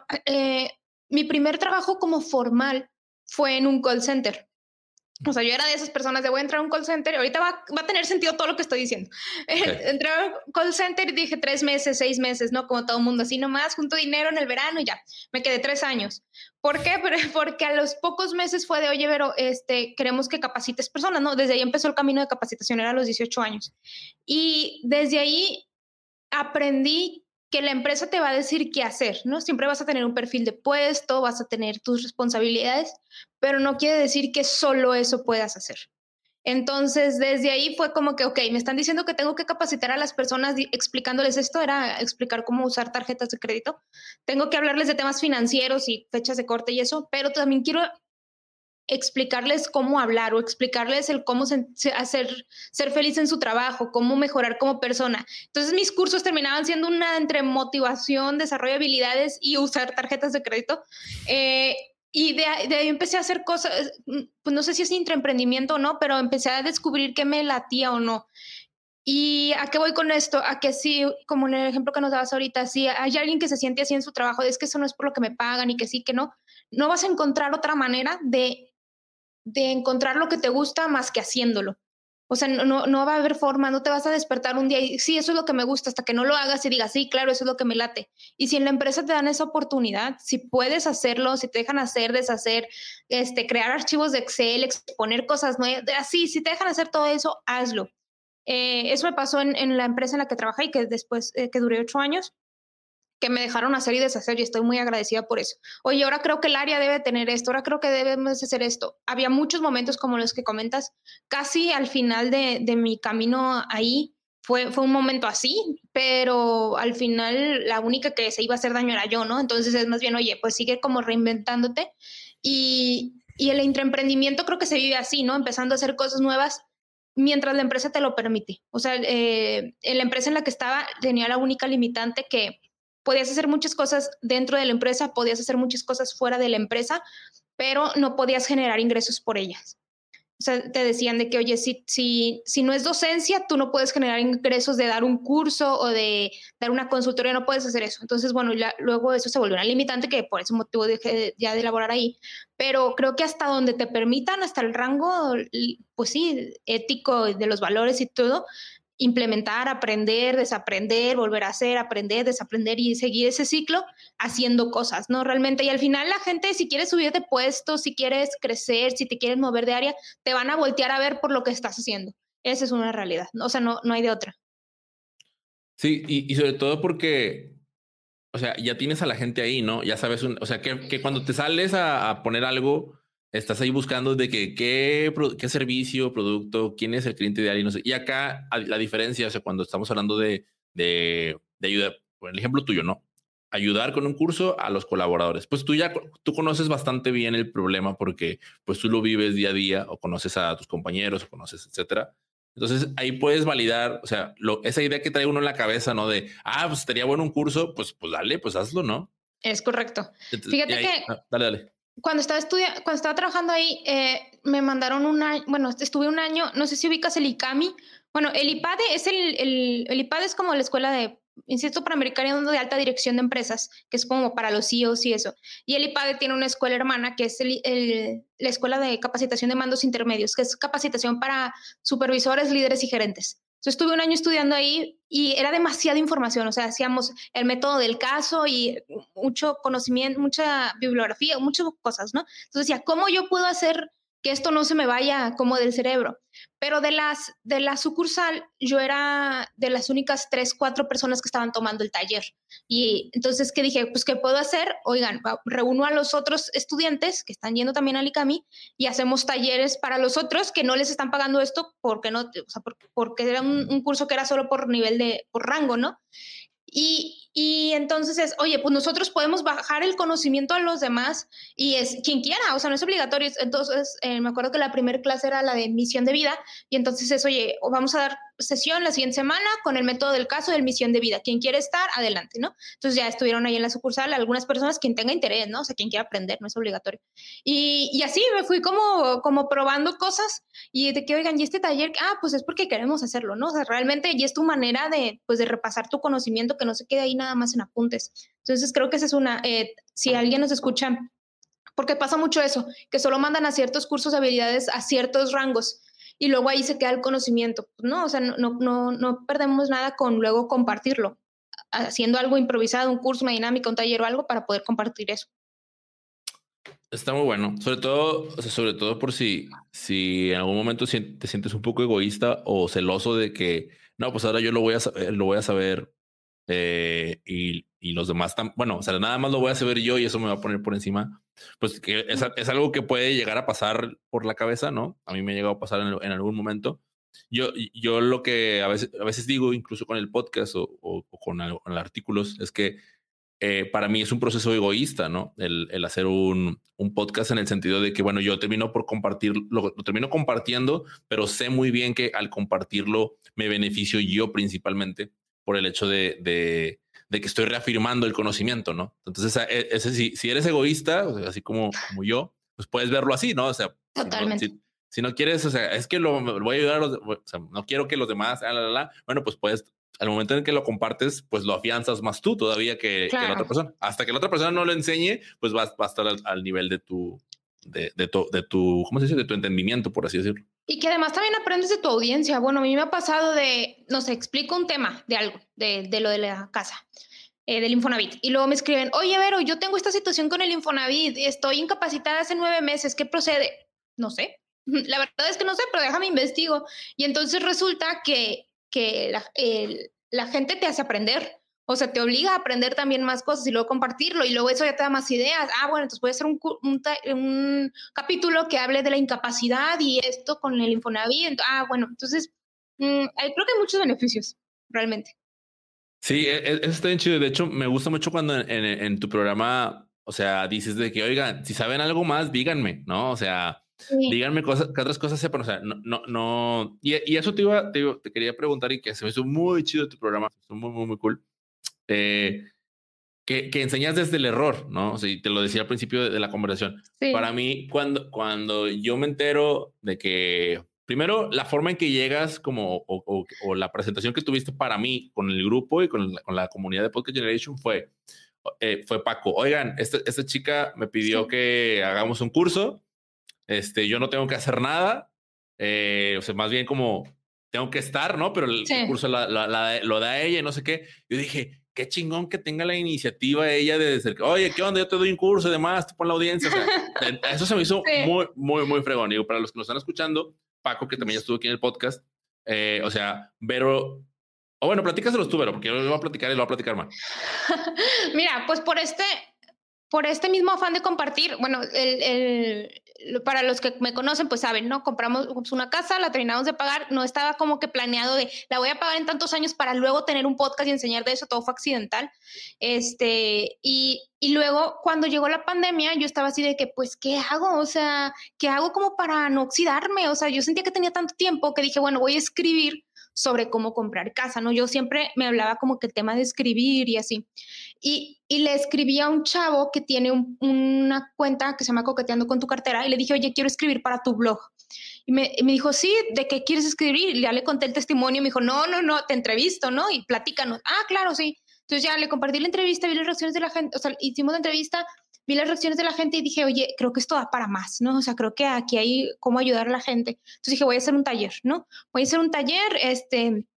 mi primer trabajo como formal fue en un call center. O sea, yo era de esas personas de voy a entrar a un call center y ahorita va a tener sentido todo lo que estoy diciendo. Okay. Entré a un call center y dije 3 meses, 6 meses, ¿no? Como todo el mundo, así nomás, junto dinero en el verano y ya. Me quedé 3 años. ¿Por qué? Porque a los pocos meses fue de, oye, Vero, queremos que capacites personas, ¿no? Desde ahí empezó el camino de capacitación, era a los 18 años. Y desde ahí aprendí que la empresa te va a decir qué hacer, ¿no? Siempre vas a tener un perfil de puesto, vas a tener tus responsabilidades, pero no quiere decir que solo eso puedas hacer. Entonces, desde ahí fue como que, ok, me están diciendo que tengo que capacitar a las personas explicándoles esto, era explicar cómo usar tarjetas de crédito. Tengo que hablarles de temas financieros y fechas de corte y eso, pero también quiero explicarles cómo hablar o explicarles el cómo ser feliz en su trabajo, cómo mejorar como persona. Entonces mis cursos terminaban siendo una entre motivación, desarrollo de habilidades y usar tarjetas de crédito. Y de ahí empecé a hacer cosas, pues no sé si es intraemprendimiento o no, pero empecé a descubrir qué me latía o no. ¿Y a qué voy con esto? A que sí, como en el ejemplo que nos dabas ahorita, si hay alguien que se siente así en su trabajo, es que eso no es por lo que me pagan y que sí, que no, no vas a encontrar otra manera de encontrar lo que te gusta más que haciéndolo. O sea, no va a haber forma, no te vas a despertar un día y sí, eso es lo que me gusta, hasta que no lo hagas y digas, sí, claro, eso es lo que me late. Y si en la empresa te dan esa oportunidad, si puedes hacerlo, si te dejan hacer, deshacer, crear archivos de Excel, exponer cosas nuevas, así, si te dejan hacer todo eso, hazlo. Eso me pasó en la empresa en la que trabajé y que después, que duré 8 años, que me dejaron hacer y deshacer y estoy muy agradecida por eso. Oye, ahora creo que el área debe tener esto, ahora creo que debemos hacer esto. Había muchos momentos como los que comentas, casi al final de mi camino ahí fue un momento así, pero al final la única que se iba a hacer daño era yo, ¿no? Entonces es más bien, oye, pues sigue como reinventándote y el intraemprendimiento creo que se vive así, ¿no? Empezando a hacer cosas nuevas mientras la empresa te lo permite. O sea, en la empresa en la que estaba tenía la única limitante que podías hacer muchas cosas dentro de la empresa, podías hacer muchas cosas fuera de la empresa, pero no podías generar ingresos por ellas. O sea, te decían de que, oye, si no es docencia, tú no puedes generar ingresos de dar un curso o de dar una consultoría, no puedes hacer eso. Entonces, bueno, luego eso se volvió una limitante que por ese motivo dejé ya de elaborar ahí. Pero creo que hasta donde te permitan, hasta el rango, pues sí, ético de los valores y todo, implementar, aprender, desaprender, volver a hacer, aprender, desaprender y seguir ese ciclo haciendo cosas, ¿no? Realmente. Y al final la gente, si quieres subir de puesto, si quieres crecer, si te quieres mover de área, te van a voltear a ver por lo que estás haciendo. Esa es una realidad. O sea, no hay de otra. Sí, y sobre todo porque, o sea, ya tienes a la gente ahí, ¿no? Ya sabes, o sea, que cuando te sales a poner algo, estás ahí buscando de que qué servicio, producto, quién es el cliente ideal y no sé. Y acá la diferencia, o sea, cuando estamos hablando de ayudar, por el ejemplo tuyo, ¿no? Ayudar con un curso a los colaboradores. Pues tú conoces bastante bien el problema porque pues tú lo vives día a día o conoces a tus compañeros o conoces, etcétera. Entonces ahí puedes validar, o sea, esa idea que trae uno en la cabeza, ¿no? De, pues estaría bueno un curso, pues dale, pues hazlo, ¿no? Es correcto. Entonces, Fíjate ahí, que dale. cuando estaba trabajando ahí, me mandaron bueno, estuve un año, no sé si ubicas el ICAMI. Bueno, el IPADE es el IPADE es como la escuela de Instituto Panamericano de Alta Dirección de Empresas, que es como para los CEOs y eso. Y el IPADE tiene una escuela hermana que es la Escuela de Capacitación de Mandos Intermedios, que es capacitación para supervisores, líderes y gerentes. Entonces estuve un año estudiando ahí y era demasiada información, o sea, hacíamos el método del caso y mucho conocimiento, mucha bibliografía, muchas cosas, ¿no? Entonces decía, ¿cómo yo puedo hacer que esto no se me vaya como del cerebro? Pero de la sucursal, yo era de las únicas 3, 4 personas que estaban tomando el taller. Y entonces, ¿qué dije? Pues, ¿qué puedo hacer? Oigan, reúno a los otros estudiantes que están yendo también al ICAMI y hacemos talleres para los otros que no les están pagando esto porque no, o sea, porque era un curso que era solo por nivel por rango, ¿no? Y entonces es, oye, pues nosotros podemos bajar el conocimiento a los demás y es quien quiera, o sea, no es obligatorio. Entonces, me acuerdo que la primera clase era la de misión de vida y entonces es, oye, vamos a dar sesión la siguiente semana con el método del caso de misión de vida. Quien quiere estar, adelante, ¿no? Entonces ya estuvieron ahí en la sucursal algunas personas, quien tenga interés, ¿no? O sea, quien quiera aprender, no es obligatorio. Y así me fui como probando cosas y de que, oigan, y este taller, pues es porque queremos hacerlo, ¿no? O sea, realmente y es tu manera pues de repasar tu conocimiento, que no se quede ahí nada más en apuntes. Entonces creo que esa es una, si alguien nos escucha, porque pasa mucho eso, que solo mandan a ciertos cursos de habilidades a ciertos rangos y luego ahí se queda el conocimiento, ¿no? O sea, no perdemos nada con luego compartirlo, haciendo algo improvisado, un curso, una dinámica, un taller o algo para poder compartir eso. Está muy bueno, sobre todo por si en algún momento te sientes un poco egoísta o celoso de que no, pues ahora yo lo voy a saber y los demás bueno, o sea, nada más lo voy a saber yo y eso me va a poner por encima. Pues que es algo que puede llegar a pasar por la cabeza, ¿no? A mí me ha llegado a pasar en algún momento. Yo lo que a veces digo, incluso con el podcast o con artículos, es que para mí es un proceso egoísta, ¿no? El hacer un podcast en el sentido de que, bueno, yo termino por lo termino compartiendo, pero sé muy bien que al compartirlo me beneficio yo principalmente por el hecho de que estoy reafirmando el conocimiento, ¿no? Entonces, si eres egoísta, o sea, así como yo, pues puedes verlo así, ¿no? O sea, Totalmente. si no quieres, o sea, es que voy a ayudar o sea, no quiero que los demás, bueno, pues puedes al momento en que lo compartes, pues lo afianzas más tú todavía que la otra persona. Hasta que la otra persona no lo enseñe, pues va a estar al nivel de tu, ¿cómo se dice? De tu entendimiento, por así decirlo. Y que además también aprendes de tu audiencia. Bueno, a mí me ha pasado no sé, explico un tema de algo, de lo de la casa, del Infonavit. Y luego me escriben, oye, Vero, yo tengo esta situación con el Infonavit, estoy incapacitada hace 9 meses, ¿qué procede? No sé. La verdad es que no sé, pero déjame investigo. Y entonces resulta que la gente te hace aprender. O sea, te obliga a aprender también más cosas y luego compartirlo y luego eso ya te da más ideas. Bueno, entonces puede ser un capítulo que hable de la incapacidad y esto con el Infonavit. Bueno, entonces creo que hay muchos beneficios, realmente. Sí, eso está bien chido. De hecho, me gusta mucho cuando en tu programa, o sea, dices de que, oigan, si saben algo más, díganme, ¿no? O sea, Sí. díganme que otras cosas sepan, o sea, no. Y eso te quería preguntar y que se me hizo muy chido tu programa, muy, muy, muy cool. Que enseñas desde el error, ¿no? O sea, y te lo decía al principio de la conversación. Sí. Para mí, cuando yo me entero de que, primero, la forma en que llegas o la presentación que tuviste para mí con el grupo y con la comunidad de Podcast Generation fue Paco. Oigan, esta chica me pidió que hagamos un curso. Yo no tengo que hacer nada. O sea, más bien como tengo que estar, ¿no? Pero el curso lo da ella y no sé qué. Yo dije, qué chingón que tenga la iniciativa ella de decir, oye, ¿qué onda? Yo te doy un curso y demás, tú pon la audiencia. O sea, eso se me hizo muy, muy, muy fregón. Digo, para los que nos están escuchando, Paco, que también ya estuvo aquí en el podcast, o sea, Vero, bueno, platícaselos tú, Vero, porque yo lo voy a platicar y lo voy a platicar más. Mira, pues por este mismo afán de compartir, bueno, para los que me conocen, pues saben, ¿no? Compramos una casa, la terminamos de pagar, no estaba como que planeado de la voy a pagar en tantos años para luego tener un podcast y enseñar de eso, todo fue accidental. Y luego cuando llegó la pandemia, yo estaba así de que, pues, ¿qué hago? O sea, ¿qué hago como para no oxidarme? O sea, yo sentía que tenía tanto tiempo que dije, bueno, voy a escribir sobre cómo comprar casa, ¿no? Yo siempre me hablaba como que el tema de escribir y así. Y le escribí a un chavo que tiene una cuenta que se llama Coqueteando con tu cartera y le dije, oye, quiero escribir para tu blog. Y me dijo, sí, ¿de qué quieres escribir? Y ya le conté el testimonio y me dijo, no, te entrevisto, ¿no? Y platícanos. Claro, sí. Entonces ya le compartí la entrevista, vi las reacciones de la gente, o sea, hicimos la entrevista, vi las reacciones de la gente y dije, oye, creo que esto da para más, ¿no? O sea, creo que aquí hay cómo ayudar a la gente. Entonces dije, voy a hacer un taller, ¿no? Voy a hacer un taller,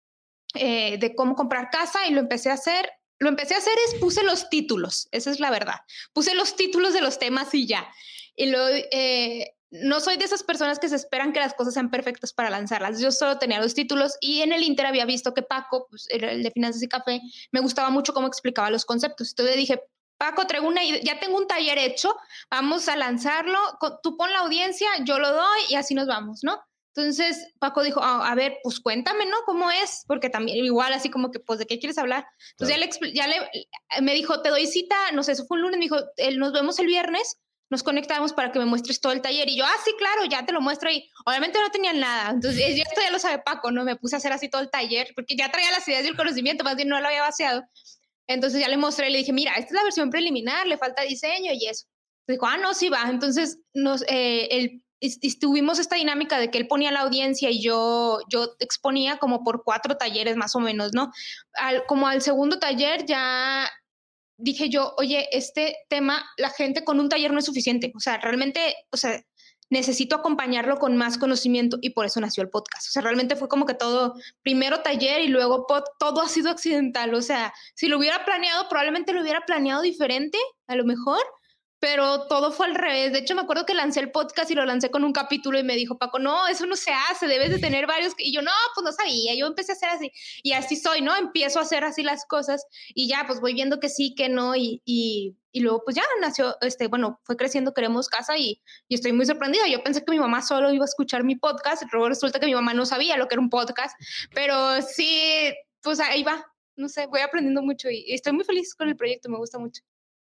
de cómo comprar casa y lo empecé a hacer. Lo empecé a hacer puse los títulos, esa es la verdad. Puse los títulos de los temas y ya. Y no soy de esas personas que se esperan que las cosas sean perfectas para lanzarlas. Yo solo tenía los títulos y en el Inter había visto que Paco, pues, era el de Finanzas y Café, me gustaba mucho cómo explicaba los conceptos. Entonces dije, Paco, ya tengo un taller hecho, vamos a lanzarlo, tú pon la audiencia, yo lo doy y así nos vamos, ¿no? Entonces Paco dijo, a ver, pues cuéntame, ¿no? ¿Cómo es? Porque también igual así como que, pues, ¿de qué quieres hablar? Entonces me dijo, te doy cita, no sé, eso fue un lunes, me dijo, nos vemos el viernes, nos conectamos para que me muestres todo el taller. Y yo, sí, claro, ya te lo muestro. Y obviamente no tenían nada. Entonces, esto ya lo sabe Paco, ¿no? Me puse a hacer así todo el taller, porque ya traía las ideas y el conocimiento, más bien no lo había vaciado. Entonces ya le mostré, le dije, mira, esta es la versión preliminar, le falta diseño y eso. Dijo, no, sí va. Entonces tuvimos esta dinámica de que él ponía la audiencia y yo exponía como por 4 talleres más o menos, ¿no? Como al segundo taller ya dije yo, oye, este tema, la gente con un taller no es suficiente. O sea, realmente, necesito acompañarlo con más conocimiento y por eso nació el podcast. O sea, realmente fue como que todo, primero taller y luego todo ha sido accidental. O sea, si lo hubiera planeado, probablemente lo hubiera planeado diferente, a lo mejor, pero todo fue al revés. De hecho, me acuerdo que lancé el podcast y lo lancé con un capítulo y me dijo, Paco, no, eso no se hace, debes de tener varios. Y yo, no, pues no sabía, yo empecé a hacer así. Y así soy, ¿no? Empiezo a hacer así las cosas y ya, pues voy viendo que sí, que no. Y luego, pues ya nació, fue creciendo Queremos Casa y estoy muy sorprendida. Yo pensé que mi mamá solo iba a escuchar mi podcast, luego resulta que mi mamá no sabía lo que era un podcast, pero sí, pues ahí va. No sé, voy aprendiendo mucho y estoy muy feliz con el proyecto, me gusta mucho.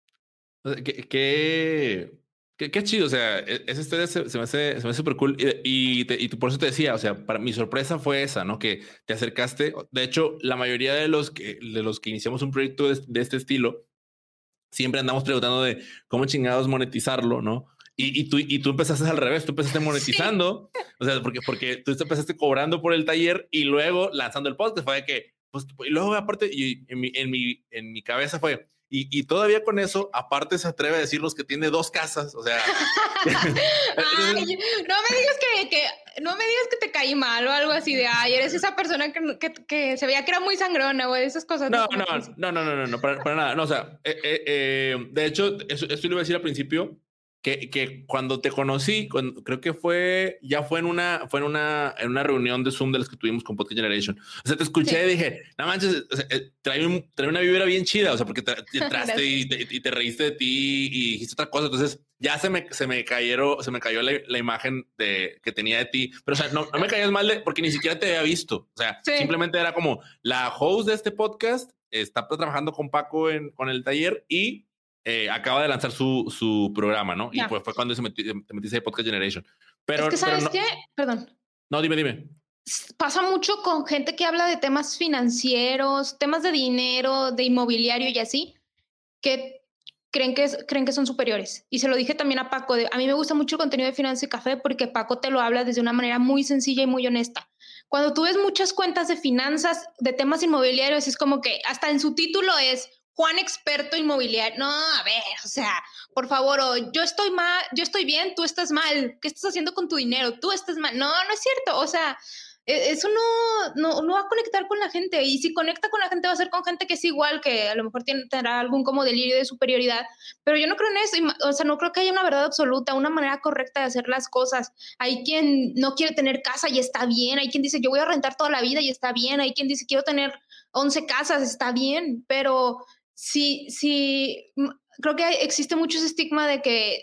Qué chido, o sea, esa historia se me hace súper cool y por eso te decía, o sea, para mi sorpresa fue esa, ¿no? Que te acercaste. De hecho, la mayoría de los que iniciamos un proyecto de este estilo, siempre andamos preguntando de cómo chingados monetizarlo, ¿no? Y tú empezaste al revés, tú empezaste monetizando, sí. O sea, porque tú empezaste cobrando por el taller y luego lanzando el podcast. Fue de que, pues, y luego aparte, en mi cabeza fue, y todavía con eso, aparte se atreve a decirnos que tiene 2 casas, o sea. Ay, no me digas que te caí mal o algo así de, eres esa persona que se veía que era muy sangrona o esas cosas. No, para nada. No, o sea, de hecho, esto lo iba a decir al principio, que cuando te conocí, creo que fue en una reunión de Zoom de las que tuvimos con Podcast Generation. O sea, te escuché y dije, no manches, o sea, trae una vibra bien chida, o sea, porque te entraste y te reíste de ti y dijiste otra cosa. Entonces ya se me cayó la imagen que tenía de ti, pero o sea, no me caías mal porque ni siquiera te había visto. O sea, simplemente era como la host de este podcast está trabajando con Paco con el taller y acaba de lanzar su programa, ¿no? Y pues fue cuando te metiste de Podcast Generation. Pero, es que, ¿sabes qué? Perdón. No, dime. Pasa mucho con gente que habla de temas financieros, temas de dinero, de inmobiliario y así, que creen que son superiores. Y se lo dije también a Paco, a mí me gusta mucho el contenido de Finanzas y Café porque Paco te lo habla desde una manera muy sencilla y muy honesta. Cuando tú ves muchas cuentas de finanzas, de temas inmobiliarios, es como que hasta en su título es Juan experto inmobiliario. No, a ver, o sea, por favor, yo estoy mal, yo estoy bien, tú estás mal. ¿Qué estás haciendo con tu dinero? Tú estás mal. No es cierto. O sea, eso no va a conectar con la gente. Y si conecta con la gente, va a ser con gente que es igual, que a lo mejor tendrá algún como delirio de superioridad. Pero yo no creo en eso. O sea, no creo que haya una verdad absoluta, una manera correcta de hacer las cosas. Hay quien no quiere tener casa y está bien. Hay quien dice, yo voy a rentar toda la vida y está bien. Hay quien dice, quiero tener 11 casas, está bien. Pero sí, creo que existe mucho ese estigma de que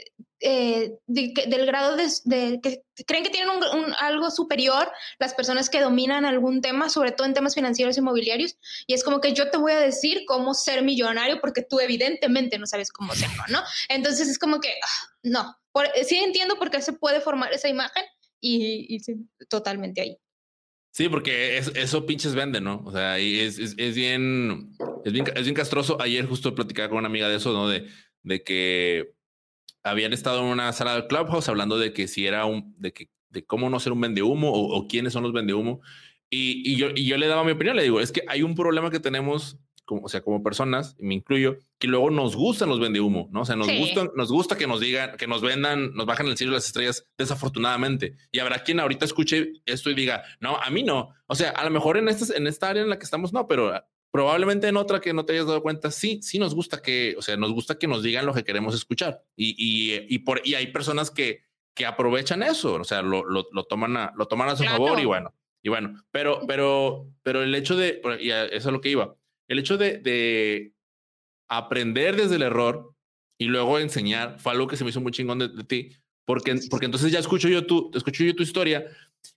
del grado de que creen que tienen algo superior las personas que dominan algún tema, sobre todo en temas financieros e inmobiliarios, y es como que yo te voy a decir cómo ser millonario porque tú evidentemente no sabes cómo hacerlo, ¿no? Entonces es como que, no, sí entiendo por qué se puede formar esa imagen y sí, totalmente ahí. Sí, porque eso pinches vende, ¿no? O sea, y es bien castroso. Ayer justo platicaba con una amiga de eso, ¿no? De que habían estado en una sala de Clubhouse hablando de que si era de cómo no ser un vendehumo o quiénes son los vendehumo. Y yo le daba mi opinión. Le digo, es que hay un problema que tenemos o sea, como personas, y me incluyo, que luego nos gustan los vendehumo, ¿no? O sea, nos gusta que nos digan, que nos vendan, nos bajan el cielo las estrellas, desafortunadamente. Y habrá quien ahorita escuche esto y diga, no, a mí no. O sea, a lo mejor en esta área en la que estamos, no, pero probablemente en otra que no te hayas dado cuenta, sí nos gusta que nos digan lo que queremos escuchar. Y hay personas que aprovechan eso, o sea, lo toman a su favor y bueno, pero el hecho de, y eso es lo que iba, el hecho de aprender desde el error y luego enseñar fue algo que se me hizo muy chingón de ti, porque entonces ya escucho yo tu historia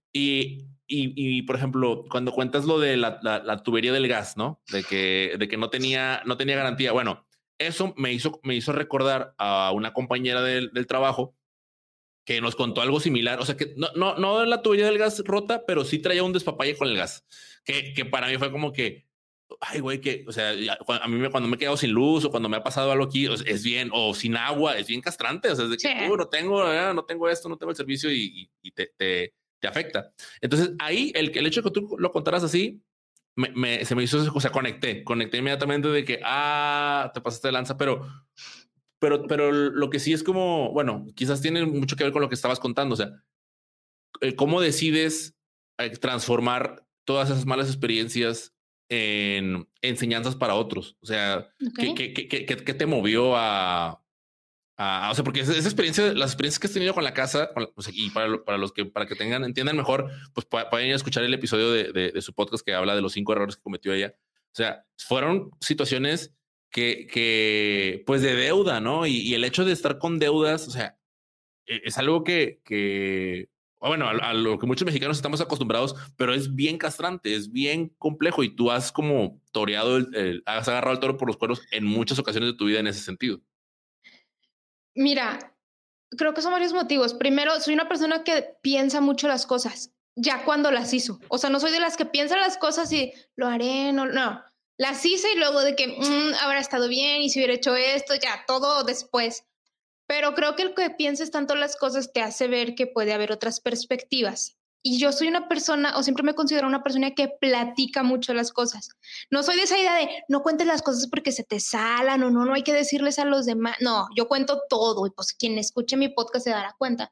y por ejemplo, cuando cuentas lo de la tubería del gas, ¿no? De que no tenía garantía. Bueno, eso me hizo recordar a una compañera del trabajo que nos contó algo similar. O sea, que no la tubería del gas rota, pero sí traía un despapalle con el gas. Que para mí fue como que, ay, güey, que, o sea, a mí cuando me he quedado sin luz o cuando me ha pasado algo aquí, es bien, o sin agua, es bien castrante. O sea, es de que no tengo esto, no tengo el servicio y te afecta. Entonces ahí el hecho de que tú lo contaras así, se me hizo, o sea, conecté inmediatamente de que, te pasaste de lanza, pero lo que sí es como, bueno, quizás tiene mucho que ver con lo que estabas contando. O sea, ¿cómo decides transformar todas esas malas experiencias en enseñanzas para otros? O sea, ¿qué te movió o sea, porque esa experiencia, las experiencias que has tenido con la casa, o sea, y para que entiendan mejor, pues pueden ir a escuchar el episodio de su podcast que habla de los 5 errores que cometió ella. O sea, fueron situaciones que pues de deuda, ¿no? Y el hecho de estar con deudas, o sea, es algo bueno, a lo que muchos mexicanos estamos acostumbrados, pero es bien castrante, es bien complejo y tú has como toreado, has agarrado el toro por los cuernos en muchas ocasiones de tu vida en ese sentido. Mira, creo que son varios motivos. Primero, soy una persona que piensa mucho las cosas, ya cuando las hizo. O sea, no soy de las que piensan las cosas y lo haré, no. Las hice y luego de que habrá estado bien y si hubiera hecho esto, ya, todo después. Pero creo que el que pienses tanto las cosas te hace ver que puede haber otras perspectivas. Y yo soy una persona, o siempre me considero una persona que platica mucho las cosas. No soy de esa idea de no cuentes las cosas porque se te salan o no hay que decirles a los demás. No, yo cuento todo y pues quien escuche mi podcast se dará cuenta.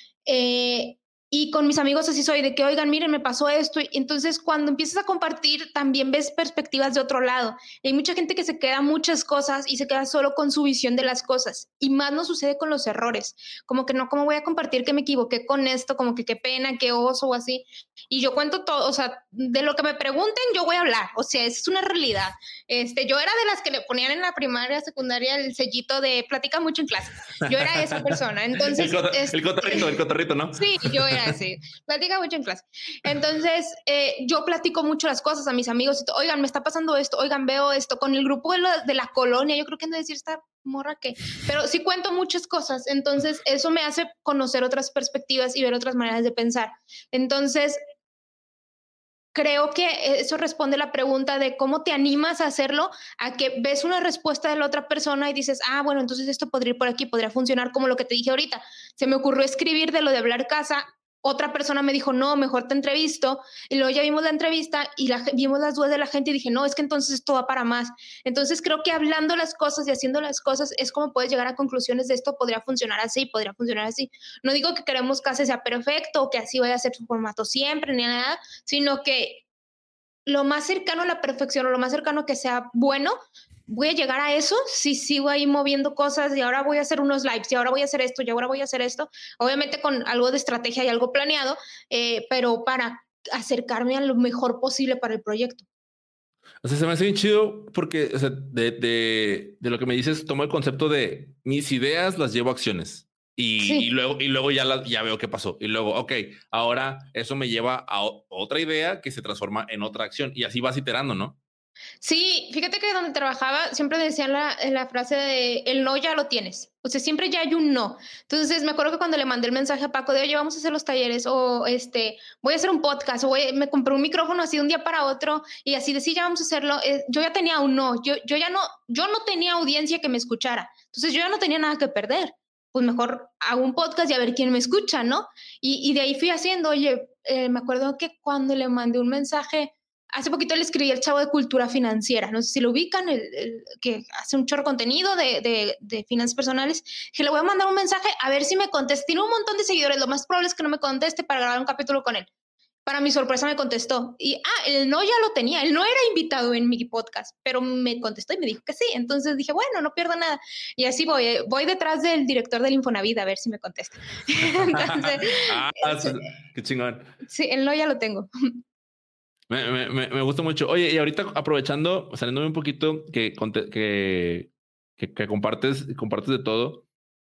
Y con mis amigos así soy de que, oigan, miren, me pasó esto. Y entonces cuando empiezas a compartir, también ves perspectivas de otro lado. Hay mucha gente que se queda muchas cosas y se queda solo con su visión de las cosas. Y más nos sucede con los errores. Como que no, ¿cómo voy a compartir que me equivoqué con esto? Como que qué pena, qué oso o así. Y yo cuento todo, o sea, de lo que me pregunten, yo voy a hablar. O sea, es una realidad. Yo era de las que le ponían en la primaria, secundaria, el sellito de platica mucho en clase. Yo era esa persona. Entonces, el cotorrito, ¿no? Sí, yo era así. Platica mucho en clase. Entonces, yo platico mucho las cosas a mis amigos. Oigan, me está pasando esto. Oigan, veo esto. Con el grupo de la colonia, yo creo que no decir esta morra que, pero sí cuento muchas cosas. Entonces, eso me hace conocer otras perspectivas y ver otras maneras de pensar. Entonces, creo que eso responde a la pregunta de cómo te animas a hacerlo, a que ves una respuesta de la otra persona y dices, bueno, entonces esto podría ir por aquí, podría funcionar como lo que te dije ahorita. Se me ocurrió escribir de lo de hablar casa. Otra persona me dijo, no, mejor te entrevisto. Y luego ya vimos la entrevista y vimos las dudas de la gente y dije, no, es que entonces esto va para más. Entonces creo que hablando las cosas y haciendo las cosas es como puedes llegar a conclusiones de esto podría funcionar así, podría funcionar así. No digo que queremos que sea perfecto o que así vaya a ser su formato siempre ni nada, sino que lo más cercano a la perfección o lo más cercano que sea bueno, voy a llegar a eso si sigo ahí moviendo cosas y ahora voy a hacer unos lives y ahora voy a hacer esto y ahora voy a hacer esto, obviamente con algo de estrategia y algo planeado, pero para acercarme a lo mejor posible para el proyecto. O sea, se me hace bien chido porque, o sea, de lo que me dices, tomo el concepto de mis ideas las llevo a acciones y luego ya veo qué pasó. Y luego, ok, ahora eso me lleva a otra idea que se transforma en otra acción y así vas iterando, ¿no? Sí, fíjate que donde trabajaba siempre decían la frase de el no ya lo tienes. O sea, siempre ya hay un no. Entonces me acuerdo que cuando le mandé el mensaje a Paco de, oye, vamos a hacer los talleres o voy a hacer un podcast o me compré un micrófono así de un día para otro y así de sí, ya vamos a hacerlo. Yo ya tenía un no. Yo no tenía audiencia que me escuchara. Entonces yo ya no tenía nada que perder. Pues mejor hago un podcast y a ver quién me escucha, ¿no? Y de ahí fui haciendo, oye, me acuerdo que cuando le mandé un mensaje hace poquito le escribí al chavo de Cultura Financiera, no sé si lo ubican, el que hace un chorro de contenido de finanzas personales, que le voy a mandar un mensaje a ver si me contesta. Tiene un montón de seguidores, lo más probable es que no me conteste para grabar un capítulo con él. Para mi sorpresa me contestó. Y él no ya lo tenía, él no era invitado en mi podcast, pero me contestó y me dijo que sí. Entonces dije, bueno, no pierdo nada. Y así voy detrás del director del Infonavit a ver si me contesta. Entonces, qué chingón. Sí, el no ya lo tengo. Me gusta mucho. Oye, y ahorita aprovechando, saliéndome un poquito que compartes de todo,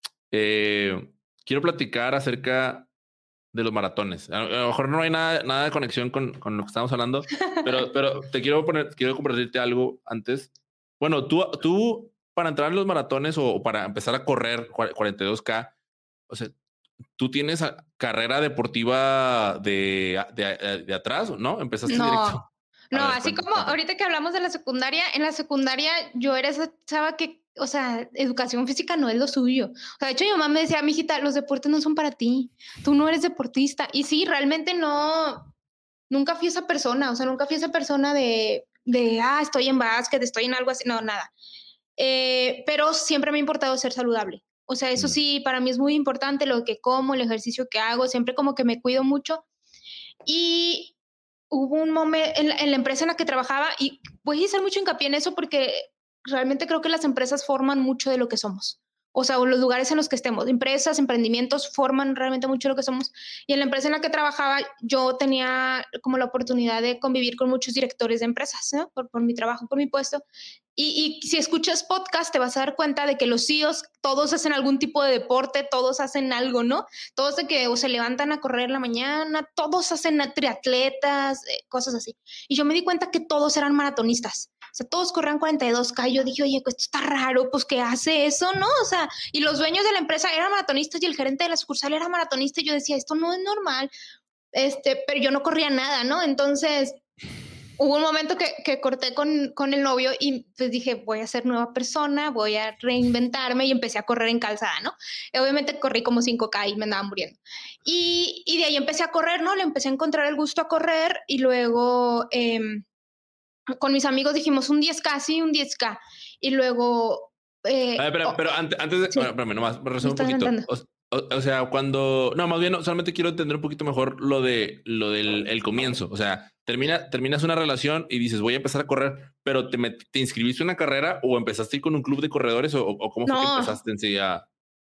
quiero platicar acerca de los maratones. A lo mejor no hay nada de conexión con lo que estamos hablando, pero quiero compartirte algo antes. Bueno, tú para entrar en los maratones o para empezar a correr 42K, o sea, tú tienes carrera deportiva de atrás, ¿no? Empezaste directo. No, así como ahorita que hablamos de la secundaria, en la secundaria yo era esa chava que, o sea, educación física no es lo suyo. O sea, de hecho mi mamá me decía, mijita, los deportes no son para ti, tú no eres deportista. Y sí, realmente nunca fui esa persona, o sea, nunca fui esa persona de estoy en básquet, estoy en algo así, no, nada. Pero siempre me ha importado ser saludable. O sea, eso sí, para mí es muy importante lo que como, el ejercicio que hago, siempre como que me cuido mucho. Y hubo un momento en la empresa en la que trabajaba, y voy a hacer mucho hincapié en eso porque realmente creo que las empresas forman mucho de lo que somos. O sea, los lugares en los que estemos, empresas, emprendimientos forman realmente mucho de lo que somos. Y en la empresa en la que trabajaba, yo tenía como la oportunidad de convivir con muchos directores de empresas, ¿no? Por mi trabajo, por mi puesto. Y si escuchas podcast, te vas a dar cuenta de que los CEOs todos hacen algún tipo de deporte, todos hacen algo, ¿no? Todos de que o se levantan a correr en la mañana, todos hacen triatletas, cosas así. Y yo me di cuenta que todos eran maratonistas. O sea, todos corrían 42K. Y yo dije, oye, pues esto está raro, pues ¿qué hace eso, no? O sea, y los dueños de la empresa eran maratonistas y el gerente de la sucursal era maratonista. Y yo decía, esto no es normal. Pero yo no corría nada, ¿no? Entonces hubo un momento que corté con el novio y pues dije, voy a ser nueva persona, voy a reinventarme, y empecé a correr en calzada, ¿no? Y obviamente corrí como 5K y me andaba muriendo. Y de ahí empecé a correr, ¿no? Le empecé a encontrar el gusto a correr y luego con mis amigos dijimos un 10K, sí, un 10K. Y luego... pero antes de... Sí. Bueno, espérame, nomás, me resumo un poquito. O sea, cuando... No, más bien, solamente quiero entender un poquito mejor lo del el comienzo. O sea, terminas una relación y dices, voy a empezar a correr, pero ¿te inscribiste en una carrera o empezaste a ir con un club de corredores o cómo fue que empezaste en sí a...?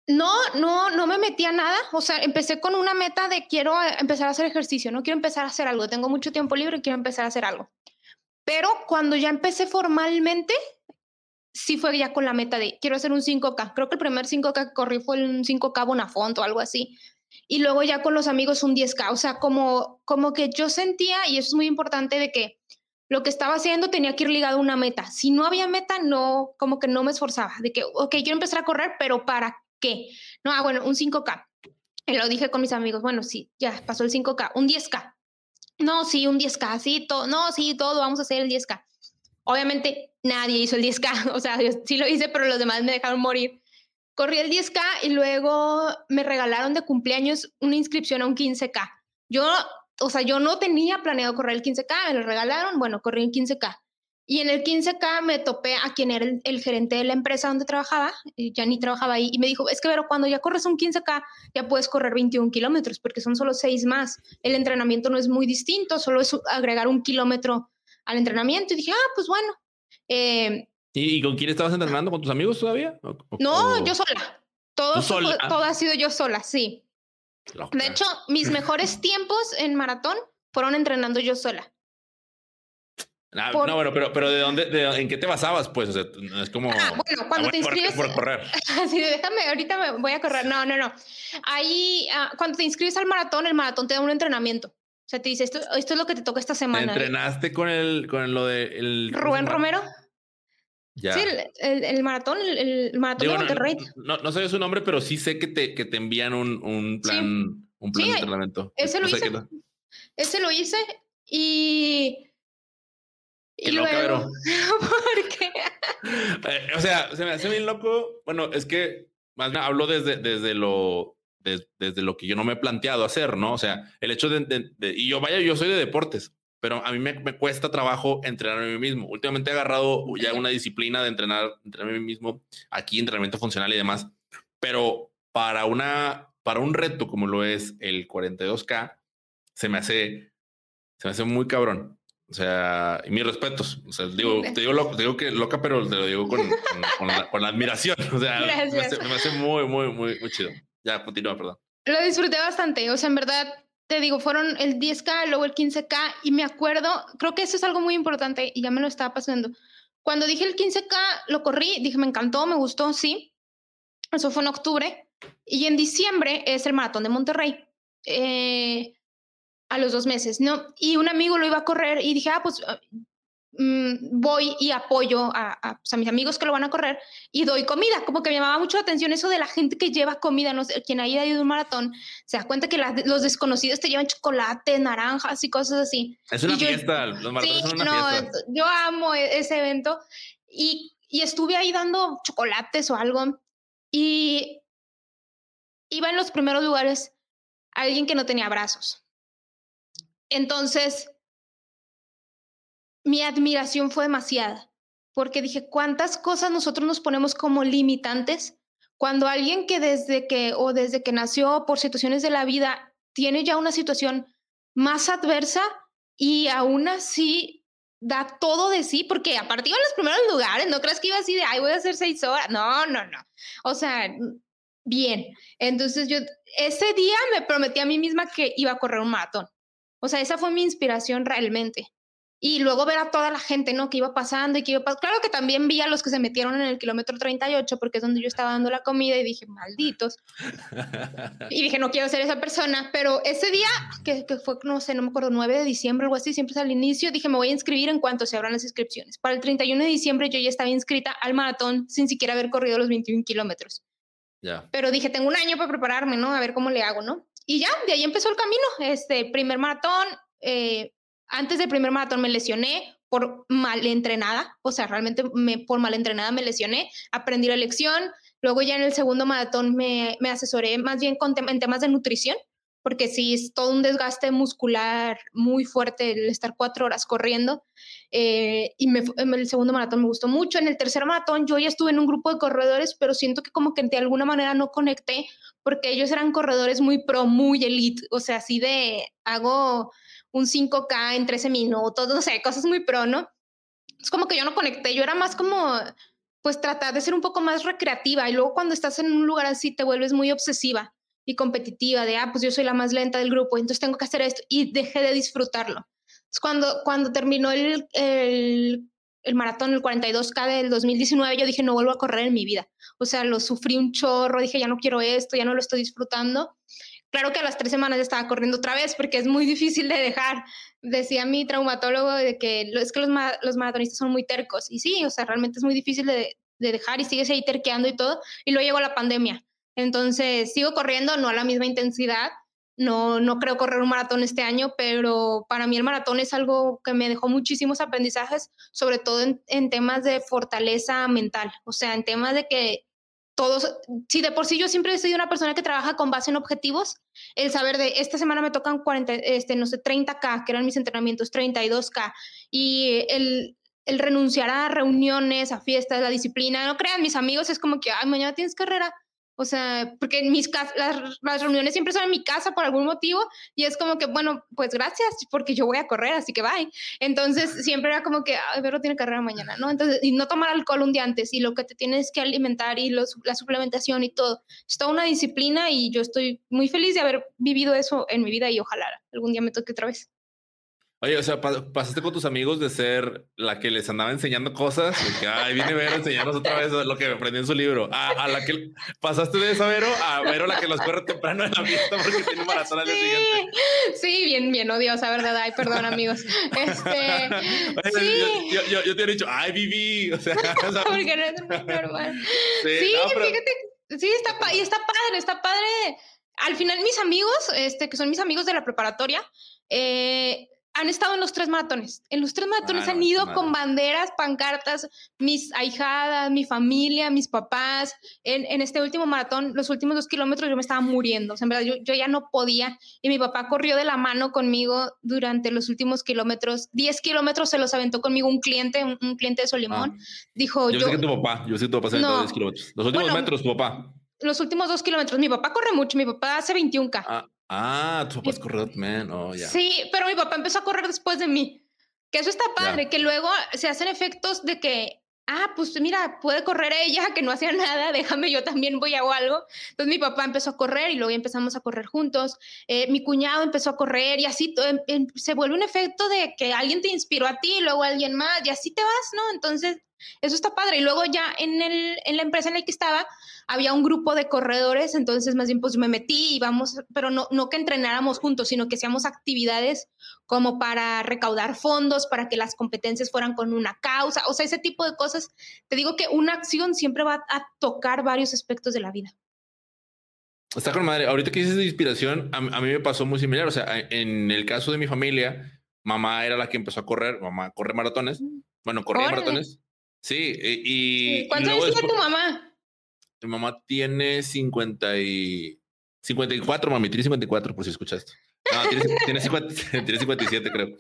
No me metí a nada. O sea, empecé con una meta de quiero empezar a hacer ejercicio, no quiero empezar a hacer algo. Tengo mucho tiempo libre y quiero empezar a hacer algo. Pero cuando ya empecé formalmente, sí fue ya con la meta de quiero hacer un 5K. Creo que el primer 5K que corrí fue un 5K Bonafont o algo así. Y luego ya con los amigos un 10K. O sea, como que yo sentía, y eso es muy importante, de que lo que estaba haciendo tenía que ir ligado a una meta. Si no había meta, no, como que no me esforzaba. De que, ok, quiero empezar a correr, pero ¿para qué? No, bueno, un 5K. Y lo dije con mis amigos, bueno, sí, ya pasó el 5K, un 10K. No, sí, un 10K, sí, no, sí, todo, vamos a hacer el 10K. Obviamente nadie hizo el 10K, o sea, yo sí lo hice, pero los demás me dejaron morir. Corrí el 10K y luego me regalaron de cumpleaños una inscripción a un 15K. Yo no tenía planeado correr el 15K, me lo regalaron, bueno, corrí el 15K. Y en el 15K me topé a quien era el gerente de la empresa donde trabajaba, ya ni trabajaba ahí, y me dijo, es que Vero, cuando ya corres un 15K, ya puedes correr 21 kilómetros, porque son solo 6 más. El entrenamiento no es muy distinto, solo es agregar 1 kilómetro al entrenamiento. Y dije, pues bueno. ¿Y con quién estabas entrenando? ¿Con tus amigos todavía? No, yo sola. Todo ha sido yo sola, sí. Loca. De hecho, mis mejores tiempos en maratón fueron entrenando yo sola. No, bueno, pero ¿de dónde, en qué te basabas? Pues, o sea, no es como... bueno, cuando te inscribes... Por correr. Así, ahorita me voy a correr. No. Ahí, cuando te inscribes al maratón, el maratón te da un entrenamiento. O sea, te dice, esto es lo que te toca esta semana. ¿Entrenaste con lo de... Rubén Romero? Ya. Sí, el maratón, el maratón de Monterrey. No sé su nombre, pero sí sé que te envían un plan, sí. Un plan de entrenamiento. Ese lo hice y luego, ¿por qué? O sea, se me hace bien loco. Bueno, es que más bien hablo desde lo que yo no me he planteado hacer, ¿no? O sea, el hecho y yo soy de deportes. pero a mí me cuesta trabajo entrenarme a mí mismo. Últimamente he agarrado ya una disciplina de entrenarme a mí mismo, aquí entrenamiento funcional y demás, pero para un reto como lo es el 42K, se me hace muy cabrón. O sea, y mis respetos. O sea, te digo que loca, pero te lo digo con la admiración. O sea, me hace muy, muy, muy, muy chido. Ya, continúa, perdón. Lo disfruté bastante. O sea, en verdad, te digo, fueron el 10K, luego el 15K, y me acuerdo, creo que eso es algo muy importante y ya me lo estaba pasando. Cuando dije el 15K, lo corrí, dije, me encantó, me gustó, sí. Eso fue en octubre. Y en diciembre es el maratón de Monterrey. A los 2 meses, ¿no? Y un amigo lo iba a correr y dije, pues voy y apoyo pues, a mis amigos que lo van a correr y doy comida. Como que me llamaba mucho la atención eso de la gente que lleva comida. No sé, quien haya ido a un maratón se da cuenta que los desconocidos te llevan chocolate, naranjas y cosas así. Es una fiesta, los maratones son una fiesta. Yo amo ese evento y estuve ahí dando chocolates o algo y iba en los primeros lugares alguien que no tenía brazos. Entonces, mi admiración fue demasiada, porque dije, ¿cuántas cosas nosotros nos ponemos como limitantes cuando alguien que desde que nació por situaciones de la vida tiene ya una situación más adversa y aún así da todo de sí? Porque aparte iba en los primeros lugares, no creas que iba así de, ay, voy a hacer 6 horas. No. O sea, bien. Entonces yo ese día me prometí a mí misma que iba a correr un maratón. O sea, esa fue mi inspiración realmente. Y luego ver a toda la gente, ¿no? Que iba pasando y que iba pasando. Claro que también vi a los que se metieron en el kilómetro 38, porque es donde yo estaba dando la comida y dije, malditos. Y dije, no quiero ser esa persona. Pero ese día, que fue, no sé, no me acuerdo, 9 de diciembre, algo así, siempre es al inicio, dije, me voy a inscribir en cuanto se abran las inscripciones. Para el 31 de diciembre yo ya estaba inscrita al maratón sin siquiera haber corrido los 21 kilómetros. Yeah. Pero dije, tengo un año para prepararme, ¿no? A ver cómo le hago, ¿no? Y ya, de ahí empezó el camino. Primer maratón, antes del primer maratón me lesioné por mal entrenada, o sea, realmente por mal entrenada me lesioné, aprendí la lección. Luego ya en el segundo maratón me asesoré más bien en temas de nutrición, porque sí es todo un desgaste muscular muy fuerte el estar 4 horas corriendo. Y en el segundo maratón me gustó mucho. En el tercer maratón yo ya estuve en un grupo de corredores, pero siento que como que de alguna manera no conecté, porque ellos eran corredores muy pro, muy elite, o sea, así de hago un 5K en 13 minutos, no sé, cosas muy pro, ¿no? Es como que yo no conecté, yo era más como, pues tratar de ser un poco más recreativa, y luego cuando estás en un lugar así te vuelves muy obsesiva y competitiva de, pues yo soy la más lenta del grupo, entonces tengo que hacer esto, y dejé de disfrutarlo. Entonces cuando terminó el maratón, el 42K del 2019, yo dije, no vuelvo a correr en mi vida. O sea, lo sufrí un chorro, dije, ya no quiero esto, ya no lo estoy disfrutando. Claro que a las 3 semanas estaba corriendo otra vez porque es muy difícil de dejar. Decía mi traumatólogo de que es que los maratonistas son muy tercos. Y sí, o sea, realmente es muy difícil de dejar y sigues ahí terqueando y todo. Y luego llegó la pandemia. Entonces sigo corriendo, no a la misma intensidad. No creo correr un maratón este año, pero para mí el maratón es algo que me dejó muchísimos aprendizajes, sobre todo en temas de fortaleza mental. O sea, en temas de que todos, si de por sí yo siempre he sido una persona que trabaja con base en objetivos, el saber de esta semana me tocan 30K, que eran mis entrenamientos, 32K, y el renunciar a reuniones, a fiestas, la disciplina, no crean, mis amigos es como que, ay, mañana tienes carrera. O sea, porque las reuniones siempre son en mi casa por algún motivo y es como que, bueno, pues gracias, porque yo voy a correr, así que bye. Entonces siempre era como que, ay, Vero tiene carrera mañana, ¿no? Entonces, y no tomar alcohol un día antes y lo que te tienes que alimentar y la suplementación y todo. Es toda una disciplina y yo estoy muy feliz de haber vivido eso en mi vida y ojalá algún día me toque otra vez. Oye, o sea, pasaste con tus amigos de ser la que les andaba enseñando cosas, de que, ay, viene Vero a enseñarnos otra vez lo que aprendí en su libro, a la que pasaste de esa Vero a Vero la que los corre temprano en la fiesta porque tiene un maratón al día siguiente. Sí, bien odiosa, ¿verdad? Ay, perdón, amigos. Sí. Yo te he dicho, ay, Vivi, o sea, porque no es muy normal. Sí, no, pero... fíjate, sí, está padre. Al final mis amigos, que son mis amigos de la preparatoria, han estado en los 3 maratones. En los 3 maratones han no, ido con banderas, pancartas, mis ahijadas, mi familia, mis papás. En este último maratón, los últimos 2 kilómetros, yo me estaba muriendo. O sea, en verdad, yo ya no podía. Y mi papá corrió de la mano conmigo durante los últimos kilómetros. 10 kilómetros se los aventó conmigo un cliente de Solimón. Dijo, yo sé que tu papá se aventó 10 kilómetros. Los últimos metros, tu papá. Los últimos 2 kilómetros. Mi papá corre mucho. Mi papá hace 21K. Tu papá es corredor, man. Oh, ya. Sí, pero mi papá empezó a correr después de mí. Que eso está padre, que luego se hacen efectos de que, pues mira, puede correr ella, que no hacía nada, déjame, yo también voy a hago algo. Entonces mi papá empezó a correr y luego ya empezamos a correr juntos. Mi cuñado empezó a correr y así se vuelve un efecto de que alguien te inspiró a ti y luego alguien más y así te vas, ¿no? Entonces eso está padre. Y luego ya en la empresa en la que estaba había un grupo de corredores, entonces más bien pues me metí y vamos, pero no que entrenáramos juntos, sino que hacíamos actividades como para recaudar fondos, para que las competencias fueran con una causa, o sea, ese tipo de cosas. Te digo que una acción siempre va a tocar varios aspectos de la vida. Está con madre. Ahorita que dices de inspiración, a mí me pasó muy similar. O sea, en el caso de mi familia, mamá era la que empezó a correr, mamá corre maratones. Bueno, corría maratones. Sí, y ¿cuántos años tiene tu mamá? Mi mamá tiene 54, mami, tiene 54, por si escuchaste. No, tiene 57, creo.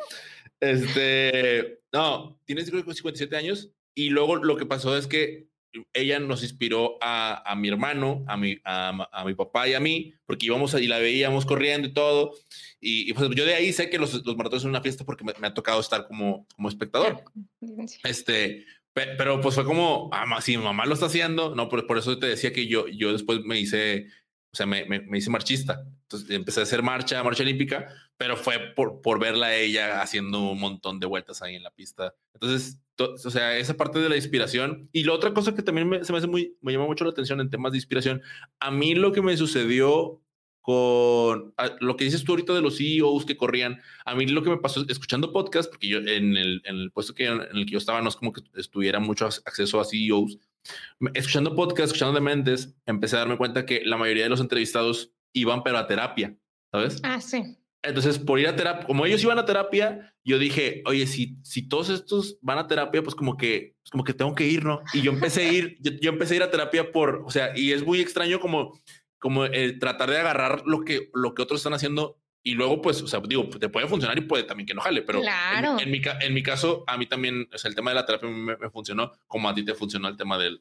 No, tiene 57 años. Y luego lo que pasó es que ella nos inspiró a mi hermano, a mi papá y a mí, porque íbamos y la veíamos corriendo y todo. Y pues yo de ahí sé que los maratones son una fiesta porque me ha tocado estar como espectador. Pero pues fue como, si mi mamá lo está haciendo, no, por eso te decía que yo después me hice marchista. Entonces empecé a hacer marcha olímpica, pero fue por verla a ella haciendo un montón de vueltas ahí en la pista. Entonces, o sea, esa parte de la inspiración. Y la otra cosa que también se me hace me llama mucho la atención en temas de inspiración, a mí lo que me sucedió con lo que dices tú ahorita de los CEOs que corrían, a mí lo que me pasó escuchando podcast, porque yo en el puesto en el que yo estaba no es como que tuviera mucho acceso a CEOs, escuchando podcast, escuchando Dementes, empecé a darme cuenta que la mayoría de los entrevistados iban pero a terapia, ¿sabes? Sí. Entonces, por ir a terapia, como ellos iban a terapia, yo dije, oye, si todos estos van a terapia, pues como que tengo que ir, ¿no? Y yo empecé a ir, yo empecé a ir a terapia o sea, y es muy extraño como tratar de agarrar lo que otros están haciendo y luego, pues, o sea, digo, te puede funcionar y puede también que no jale, pero claro. en mi caso, a mí también, o sea, el tema de la terapia me funcionó como a ti te funcionó el tema de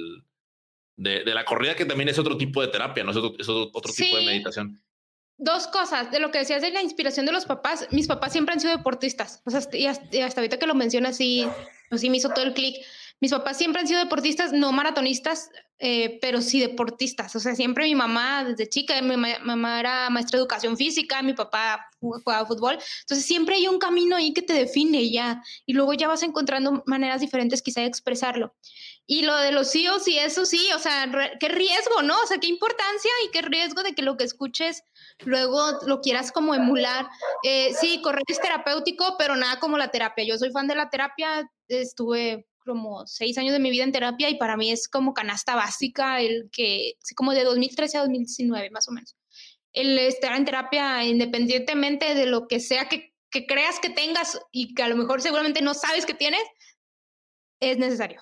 la corrida, que también es otro tipo de terapia, ¿no? Es otro tipo de meditación. 2 cosas, de lo que decías de la inspiración de los papás. Mis papás siempre han sido deportistas, o sea, y hasta ahorita que lo mencionas, sí me hizo todo el clic. Mis papás siempre han sido deportistas, no maratonistas, pero sí deportistas. O sea, siempre mi mamá, desde chica, mi mamá era maestra de educación física, mi papá jugaba fútbol. Entonces, siempre hay un camino ahí que te define ya. Y luego ya vas encontrando maneras diferentes quizá de expresarlo. Y lo de los CEOs y eso sí, o sea, qué riesgo, ¿no? O sea, qué importancia y qué riesgo de que lo que escuches luego lo quieras como emular. Sí, correr es terapéutico, pero nada como la terapia. Yo soy fan de la terapia, estuve como 6 años de mi vida en terapia y para mí es como canasta básica como de 2013 a 2019 más o menos. El estar en terapia independientemente de lo que sea que creas que tengas y que a lo mejor seguramente no sabes que tienes, es necesario.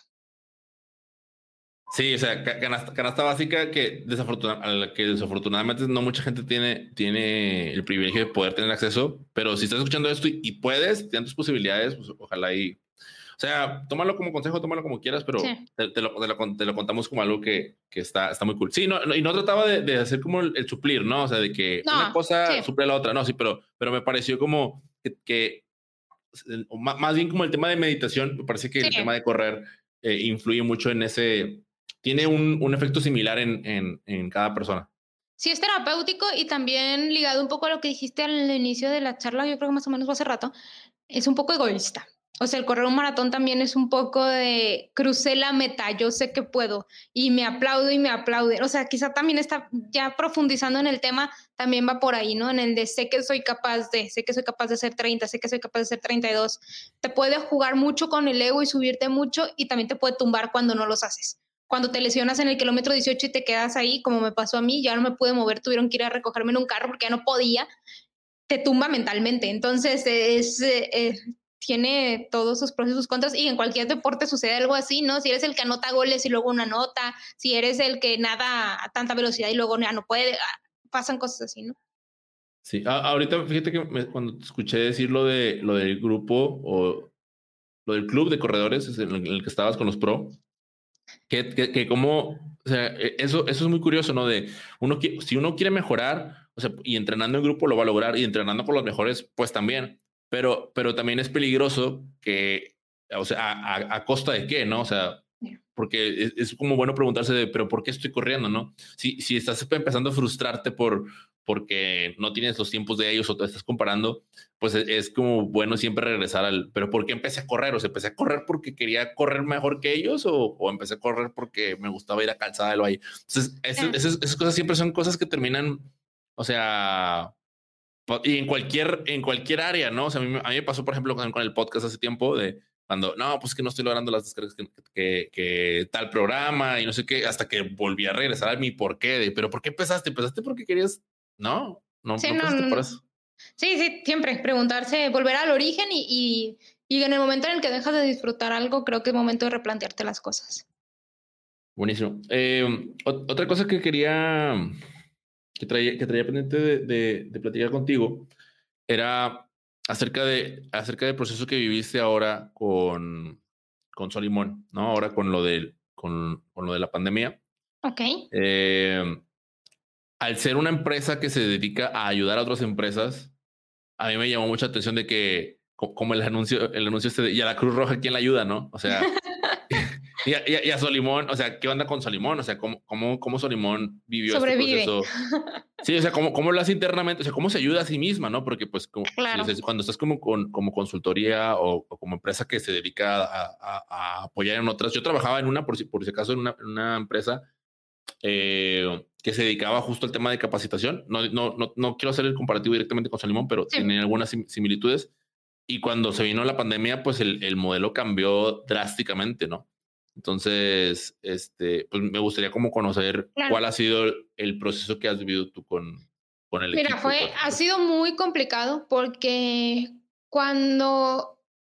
Sí, o sea, canasta básica que desafortunadamente no mucha gente tiene el privilegio de poder tener acceso, pero si estás escuchando esto y puedes, tienes tus posibilidades, pues ojalá o sea, tómalo como consejo, tómalo como quieras, pero sí. te lo contamos como algo que está muy cool. Sí, y no trataba de hacer como el suplir, ¿no? O sea, de que una cosa suple a la otra, no, sí, pero me pareció como que más bien como el tema de meditación, me parece que el tema de correr influye mucho en tiene un efecto similar en cada persona. Sí, es terapéutico y también ligado un poco a lo que dijiste al inicio de la charla, yo creo que más o menos hace rato, es un poco egoísta. O sea, el correr un maratón también es un poco de crucé la meta, yo sé que puedo y me aplaudo y me aplauden. O sea, quizá también está ya profundizando en el tema, también va por ahí, ¿no? En el de sé que soy capaz de hacer 30, sé que soy capaz de hacer 32. Te puede jugar mucho con el ego y subirte mucho y también te puede tumbar cuando no los haces. Cuando te lesionas en el kilómetro 18 y te quedas ahí, como me pasó a mí, ya no me pude mover, tuvieron que ir a recogerme en un carro porque ya no podía. te tumba mentalmente. Entonces, tiene todos sus pros y sus contras, y en cualquier deporte sucede algo así, ¿no? Si eres el que anota goles y luego no anota, si eres el que nada a tanta velocidad y luego ya no puede, pasan cosas así, ¿no? Sí, ahorita fíjate que cuando te escuché decir lo del grupo o lo del club de corredores en el que estabas con los pro, que como, o sea, eso es muy curioso, ¿no? De si uno quiere mejorar, o sea, y entrenando en grupo lo va a lograr, y entrenando con los mejores, pues también, pero también es peligroso que, o sea, a costa de qué, ¿no? O sea, porque es como bueno preguntarse de, pero ¿por qué estoy corriendo, no? Si estás empezando a frustrarte porque no tienes los tiempos de ellos o te estás comparando, pues es como bueno siempre regresar pero ¿por qué empecé a correr? O sea, ¿empecé a correr porque quería correr mejor que ellos o empecé a correr porque me gustaba ir a calzada del valle? Entonces, esas cosas siempre son cosas que terminan, o sea, y en cualquier área, ¿no? O sea, a mí me pasó, por ejemplo, con el podcast hace tiempo de cuando, no, pues que no estoy logrando las descargas que tal programa y no sé qué, hasta que volví a regresar a mi porqué de, pero ¿por qué empezaste? ¿Empezaste porque querías? No Sí, empezaste por eso. Sí, siempre preguntarse, volver al origen y en el momento en el que dejas de disfrutar algo, creo que es momento de replantearte las cosas. Buenísimo. Otra cosa que traía pendiente de platicar contigo era acerca del proceso que viviste ahora con Solimón, ¿no? Ahora con lo de la pandemia. Ok. Al ser una empresa que se dedica a ayudar a otras empresas, a mí me llamó mucha atención de que, como el anuncio y a la Cruz Roja, ¿quién la ayuda, no? O sea, y a Solimón, o sea, ¿qué onda con Solimón? O sea, ¿cómo Solimón vivió este Sobrevive. proceso? Sí, o sea, ¿cómo lo hace internamente? O sea, ¿cómo se ayuda a sí misma, no? Porque, pues, Claro. cuando estás como consultoría o como empresa que se dedica a apoyar en otras. Yo trabajaba en por si acaso, en una empresa que se dedicaba justo al tema de capacitación. No quiero hacer el comparativo directamente con Salimón, pero Sí. tienen algunas similitudes. Y cuando se vino la pandemia, pues el modelo cambió drásticamente, ¿no? Entonces, pues me gustaría como conocer cuál ha sido el proceso que has vivido tú con el equipo. Mira, ha sido muy complicado porque cuando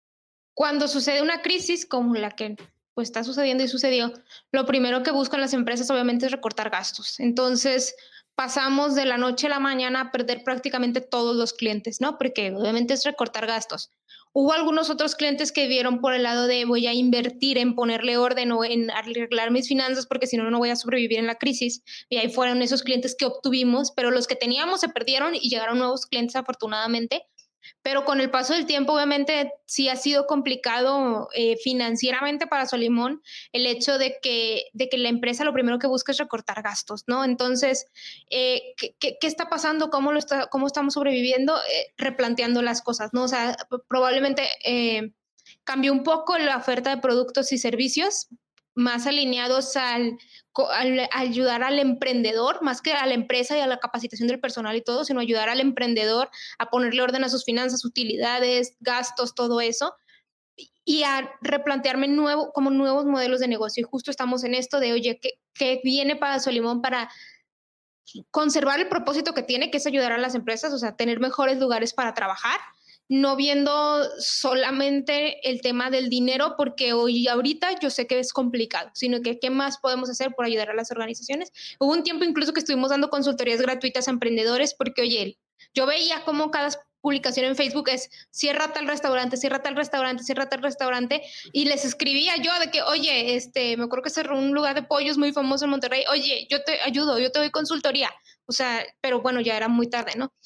sucede una crisis como la que pues está sucediendo y sucedió, lo primero que buscan las empresas obviamente es recortar gastos. Entonces, pasamos de la noche a la mañana a perder prácticamente todos los clientes, ¿no? Porque obviamente es recortar gastos. Hubo algunos otros clientes que vieron por el lado de voy a invertir en ponerle orden o en arreglar mis finanzas porque si no, no voy a sobrevivir en la crisis. Y ahí fueron esos clientes que obtuvimos, pero los que teníamos se perdieron y llegaron nuevos clientes afortunadamente. Pero con el paso del tiempo, obviamente, sí ha sido complicado financieramente para Solimón el hecho de que la empresa lo primero que busca es recortar gastos, ¿no? Entonces, ¿qué está pasando? ¿Cómo estamos sobreviviendo? Replanteando las cosas, ¿no? O sea, probablemente cambió un poco la oferta de productos y servicios más alineados al ayudar al emprendedor, más que a la empresa y a la capacitación del personal y todo, sino ayudar al emprendedor a ponerle orden a sus finanzas, utilidades, gastos, todo eso, y a replantearme como nuevos modelos de negocio. Y justo estamos en esto de, oye, ¿qué viene para Solimón para conservar el propósito que tiene, que es ayudar a las empresas, o sea, tener mejores lugares para trabajar, no viendo solamente el tema del dinero, porque ahorita yo sé que es complicado, sino que qué más podemos hacer por ayudar a las organizaciones. Hubo un tiempo incluso que estuvimos dando consultorías gratuitas a emprendedores, porque, oye, yo veía cómo cada publicación en Facebook es cierra tal restaurante, cierra tal restaurante, cierra tal restaurante, y les escribía yo de que, oye, me acuerdo que cerró un lugar de pollos muy famoso en Monterrey, oye, yo te ayudo, yo te doy consultoría, o sea, pero bueno, ya era muy tarde, ¿no?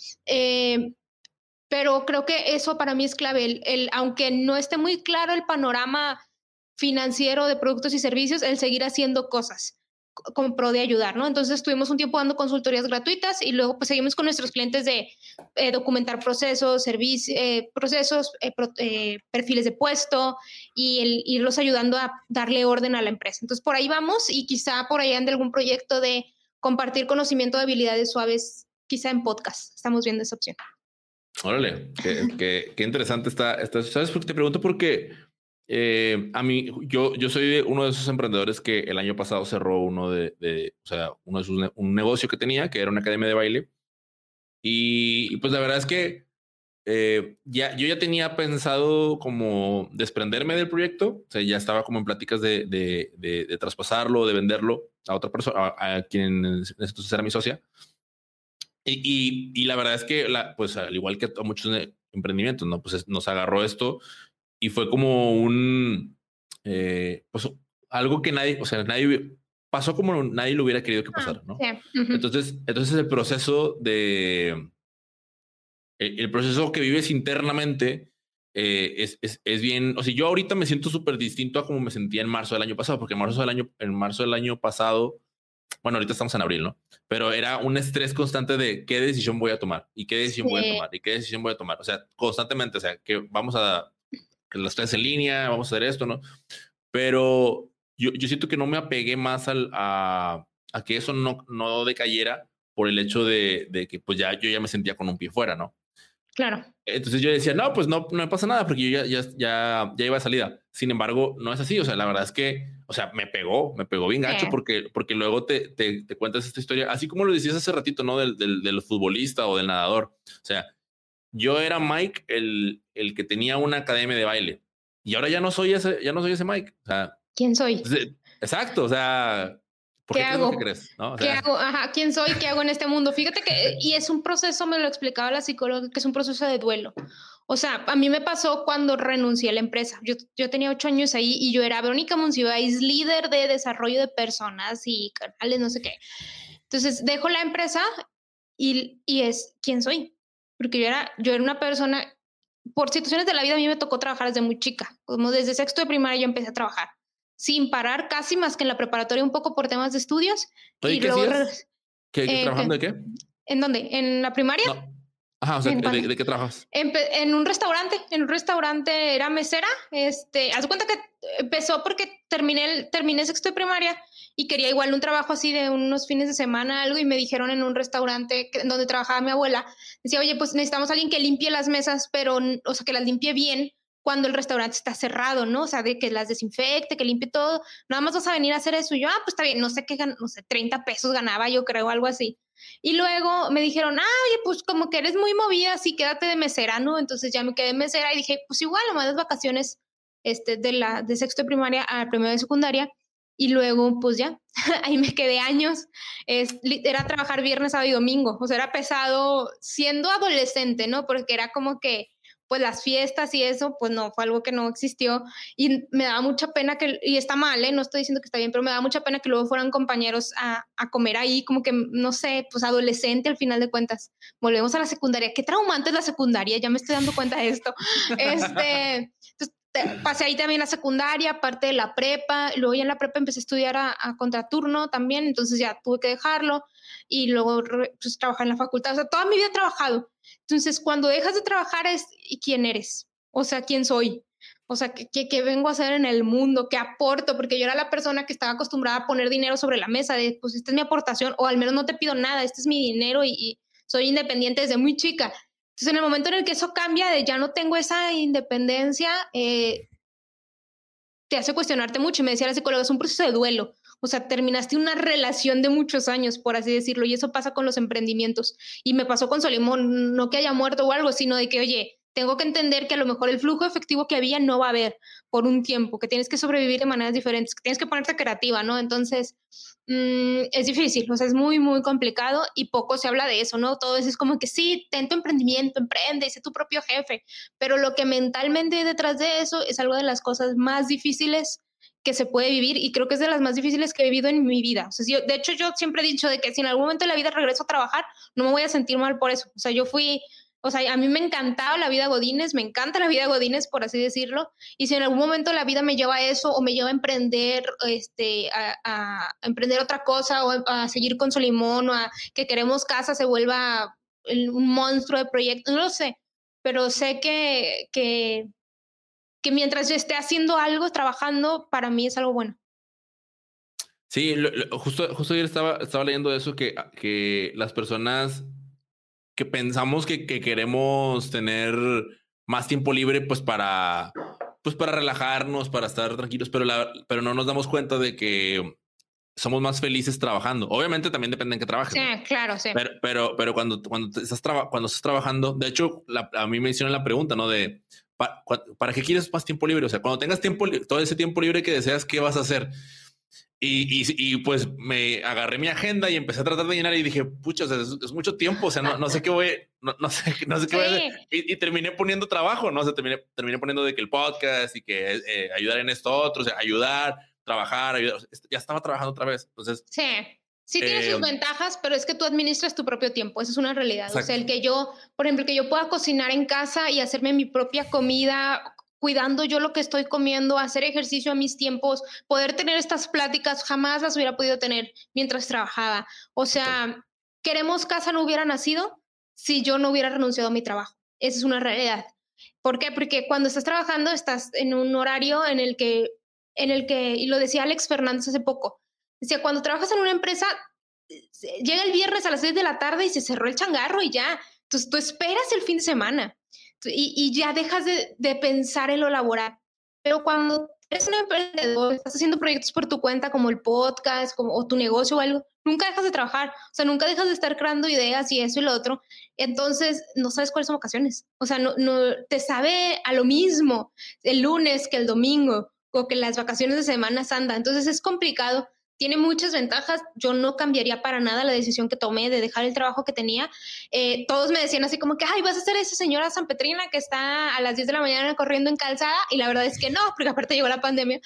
Pero creo que eso para mí es clave, aunque no esté muy claro el panorama financiero de productos y servicios, el seguir haciendo cosas con pro de ayudar, ¿no? Entonces estuvimos un tiempo dando consultorías gratuitas y luego pues seguimos con nuestros clientes de documentar procesos, perfiles de puesto y irlos ayudando a darle orden a la empresa. Entonces por ahí vamos y quizá por ahí ande algún proyecto de compartir conocimiento de habilidades suaves, quizá en podcast. Estamos viendo esa opción. Órale, qué interesante está. ¿Sabes por qué te pregunto? Porque a mí, yo soy uno de esos emprendedores que el año pasado cerró un negocio que tenía, que era una academia de baile. Y pues la verdad es que yo ya tenía pensado como desprenderme del proyecto, o sea, ya estaba como en pláticas de traspasarlo, de venderlo a otra persona, a quien entonces era mi socia. Y la verdad es que, pues al igual que a muchos emprendimientos, ¿no? Pues nos agarró esto y fue como pues algo que nadie, o sea, nadie pasó como nadie lo hubiera querido que pasara, ¿no? Sí. Uh-huh. Entonces el proceso el proceso que vives internamente es bien, o sea, yo ahorita me siento súper distinto a como me sentía en marzo del año pasado, porque en marzo del año pasado, bueno, ahorita estamos en abril, ¿no? Pero era un estrés constante de qué decisión voy a tomar y qué decisión voy a tomar y qué decisión voy a tomar. O sea, constantemente, o sea, que vamos a que las clases en línea, vamos a hacer esto, ¿no? Pero yo siento que no me apegué más a que eso no decayera por el hecho de que pues yo ya me sentía con un pie fuera, ¿no? Claro. Entonces yo decía, no, pues no me pasa nada porque yo ya iba de salida. Sin embargo, no es así. O sea, la verdad es que, o sea, me pegó bien gacho porque luego te cuentas esta historia, así como lo decías hace ratito, ¿no? Del futbolista o del nadador. O sea, yo era Mike, el que tenía una academia de baile y ahora ya no soy ese Mike. O sea, ¿quién soy? Entonces, exacto. O sea, ¿por qué crees lo que crees? ¿No? O sea, ¿qué hago? Ajá, ¿quién soy? ¿Qué hago en este mundo? Fíjate que, y es un proceso, me lo explicaba la psicóloga, que es un proceso de duelo. O sea, a mí me pasó cuando renuncié a la empresa. Yo tenía 8 años ahí y yo era Verónica Monsiváis, líder de desarrollo de personas y canales, no sé qué. Entonces, dejo la empresa y es quién soy. Porque yo era una persona, por situaciones de la vida, a mí me tocó trabajar desde muy chica. Como desde sexto de primaria yo empecé a trabajar sin parar, casi más que en la preparatoria, un poco por temas de estudios. ¿y qué hacías? ¿Trabajando de qué? ¿En dónde? ¿En la primaria? No. Ajá, o sea, ¿de qué trabajas? En un restaurante era mesera. Haz de cuenta que empezó porque terminé sexto de primaria y quería igual un trabajo así de unos fines de semana, algo, y me dijeron en un restaurante donde trabajaba mi abuela, decía, oye, pues necesitamos a alguien que limpie las mesas, pero, o sea, que las limpie bien cuando el restaurante está cerrado, ¿no? O sea, de que las desinfecte, que limpie todo, nada más vas a venir a hacer eso. Y yo, pues está bien, no sé qué, no sé, 30 pesos ganaba yo creo, algo así. Y luego me dijeron, oye, pues como que eres muy movida, sí, quédate de mesera, ¿no? Entonces ya me quedé mesera y dije, pues igual, nomás las vacaciones de sexto de primaria a primero de secundaria. Y luego, pues ya, ahí me quedé años. Era trabajar viernes, sábado y domingo. O sea, era pesado siendo adolescente, ¿no? Porque era como que, pues las fiestas y eso, pues no, fue algo que no existió. Y me daba mucha pena y está mal, no estoy diciendo que está bien, pero me daba mucha pena que luego fueran compañeros a comer ahí, como que, no sé, pues adolescente al final de cuentas. Volvemos a la secundaria. Qué traumante es la secundaria, ya me estoy dando cuenta de esto. Entonces, pasé ahí también la secundaria, aparte de la prepa. Luego ya en la prepa empecé a estudiar a contraturno también, entonces ya tuve que dejarlo. Y luego pues, trabajé en la facultad. O sea, toda mi vida he trabajado. Entonces, cuando dejas de trabajar es quién eres, o sea, quién soy, o sea, qué vengo a hacer en el mundo, qué aporto, porque yo era la persona que estaba acostumbrada a poner dinero sobre la mesa, de pues esta es mi aportación, o al menos no te pido nada, este es mi dinero y soy independiente desde muy chica. Entonces, en el momento en el que eso cambia, de ya no tengo esa independencia, te hace cuestionarte mucho. Y me decía la psicóloga, es un proceso de duelo. O sea, terminaste una relación de muchos años, por así decirlo, y eso pasa con los emprendimientos. Y me pasó con Solimón, no que haya muerto o algo, sino de que, oye, tengo que entender que a lo mejor el flujo efectivo que había no va a haber por un tiempo, que tienes que sobrevivir de maneras diferentes, que tienes que ponerte creativa, ¿no? Entonces, es difícil, o sea, es muy, muy complicado y poco se habla de eso, ¿no? Todo eso es como que sí, ten tu emprendimiento, emprende, sé tu propio jefe, pero lo que mentalmente hay detrás de eso es algo de las cosas más difíciles que se puede vivir y creo que es de las más difíciles que he vivido en mi vida. O sea, de hecho, yo siempre he dicho de que si en algún momento de la vida regreso a trabajar, no me voy a sentir mal por eso. O sea, o sea, a mí me encantaba la vida Godínez, me encanta la vida Godínez, por así decirlo, y si en algún momento la vida me lleva a eso o me lleva a emprender, a emprender otra cosa o a seguir con Solimón o a que Queremos Casa se vuelva un monstruo de proyecto, no lo sé, pero sé que mientras yo esté haciendo algo, trabajando, para mí es algo bueno. Sí, justo ayer estaba leyendo eso, que las personas que pensamos que queremos tener más tiempo libre, pues para relajarnos, para estar tranquilos, pero no nos damos cuenta de que somos más felices trabajando. Obviamente también depende en qué trabajes. Sí, ¿no? claro, sí. Pero cuando estás trabajando, de hecho, a mí me hicieron la pregunta, ¿no? De ¿para qué quieres más tiempo libre? O sea, cuando tengas todo ese tiempo libre que deseas, ¿qué vas a hacer? Y pues me agarré mi agenda y empecé a tratar de llenar y dije, pucha, o sea, es mucho tiempo, o sea, no sé qué voy, no sé qué voy a hacer. Y terminé poniendo trabajo, ¿no? O sea, terminé poniendo de que el podcast y que ayudar en esto otro, o sea, ayudar, trabajar, ayudar. O sea, ya estaba trabajando otra vez. Entonces, sí tiene sus ventajas, pero es que tú administras tu propio tiempo, eso es una realidad. Exacto. O sea, el que yo, por ejemplo, que yo pueda cocinar en casa y hacerme mi propia comida, cuidando yo lo que estoy comiendo, hacer ejercicio a mis tiempos, poder tener estas pláticas, jamás las hubiera podido tener mientras trabajaba. O sea, Queremos Casa no hubiera nacido si yo no hubiera renunciado a mi trabajo. Esa es una realidad. ¿Por qué? Porque cuando estás trabajando estás en un horario en el que, y lo decía Alex Fernández hace poco, decía, cuando trabajas en una empresa, llega el viernes a las 6 de la tarde y se cerró el changarro y ya. Entonces tú esperas el fin de semana y ya dejas de pensar en lo laboral. Pero cuando eres un emprendedor, estás haciendo proyectos por tu cuenta como el podcast o tu negocio o algo, nunca dejas de trabajar. O sea, nunca dejas de estar creando ideas y eso y lo otro. Entonces, no sabes cuáles son vacaciones. O sea, no te sabe a lo mismo el lunes que el domingo o que las vacaciones de Semana Santa. Entonces es complicado. Tiene muchas ventajas. Yo no cambiaría para nada la decisión que tomé de dejar el trabajo que tenía. Todos me decían así como que, ay, vas a ser esa señora sanpetrina que está a las 10 de la mañana corriendo en calzada. Y la verdad es que no, porque aparte llegó la pandemia.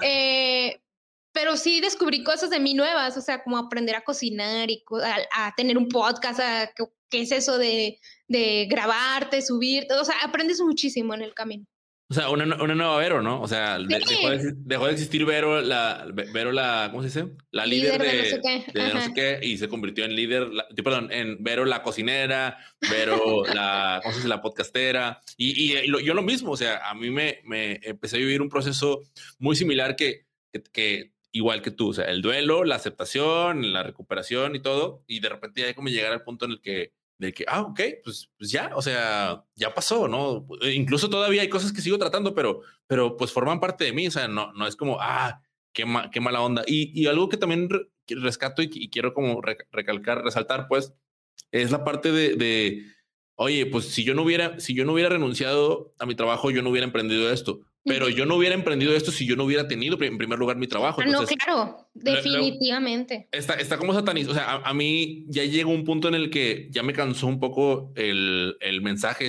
Pero sí descubrí cosas de mí nuevas, o sea, como aprender a cocinar y a tener un podcast, qué es eso de grabarte, subir, o sea, aprendes muchísimo en el camino. O sea, una nueva Vero, ¿no? O sea, dejó de existir Vero, ¿cómo se dice? La líder de no sé qué. De no sé qué, y se convirtió en líder, en Vero la cocinera, Vero ¿cómo se dice? La podcastera. Yo lo mismo, o sea, a mí me empecé a vivir un proceso muy similar que igual que tú, o sea, el duelo, la aceptación, la recuperación y todo, y de repente ya como llegar al punto en el que ok, pues ya, o sea, ya pasó, ¿no? Incluso todavía hay cosas que sigo tratando, pero pues forman parte de mí, o sea, no es como, qué mala onda. Y algo que también rescato y quiero como resaltar, pues, es la parte de, oye, pues si yo no hubiera renunciado a mi trabajo, yo no hubiera emprendido esto. Pero yo no hubiera emprendido esto si yo no hubiera tenido en primer lugar mi trabajo. Entonces, no, claro, definitivamente. Está como satanizado. O sea, a mí ya llegó un punto en el que ya me cansó un poco el mensaje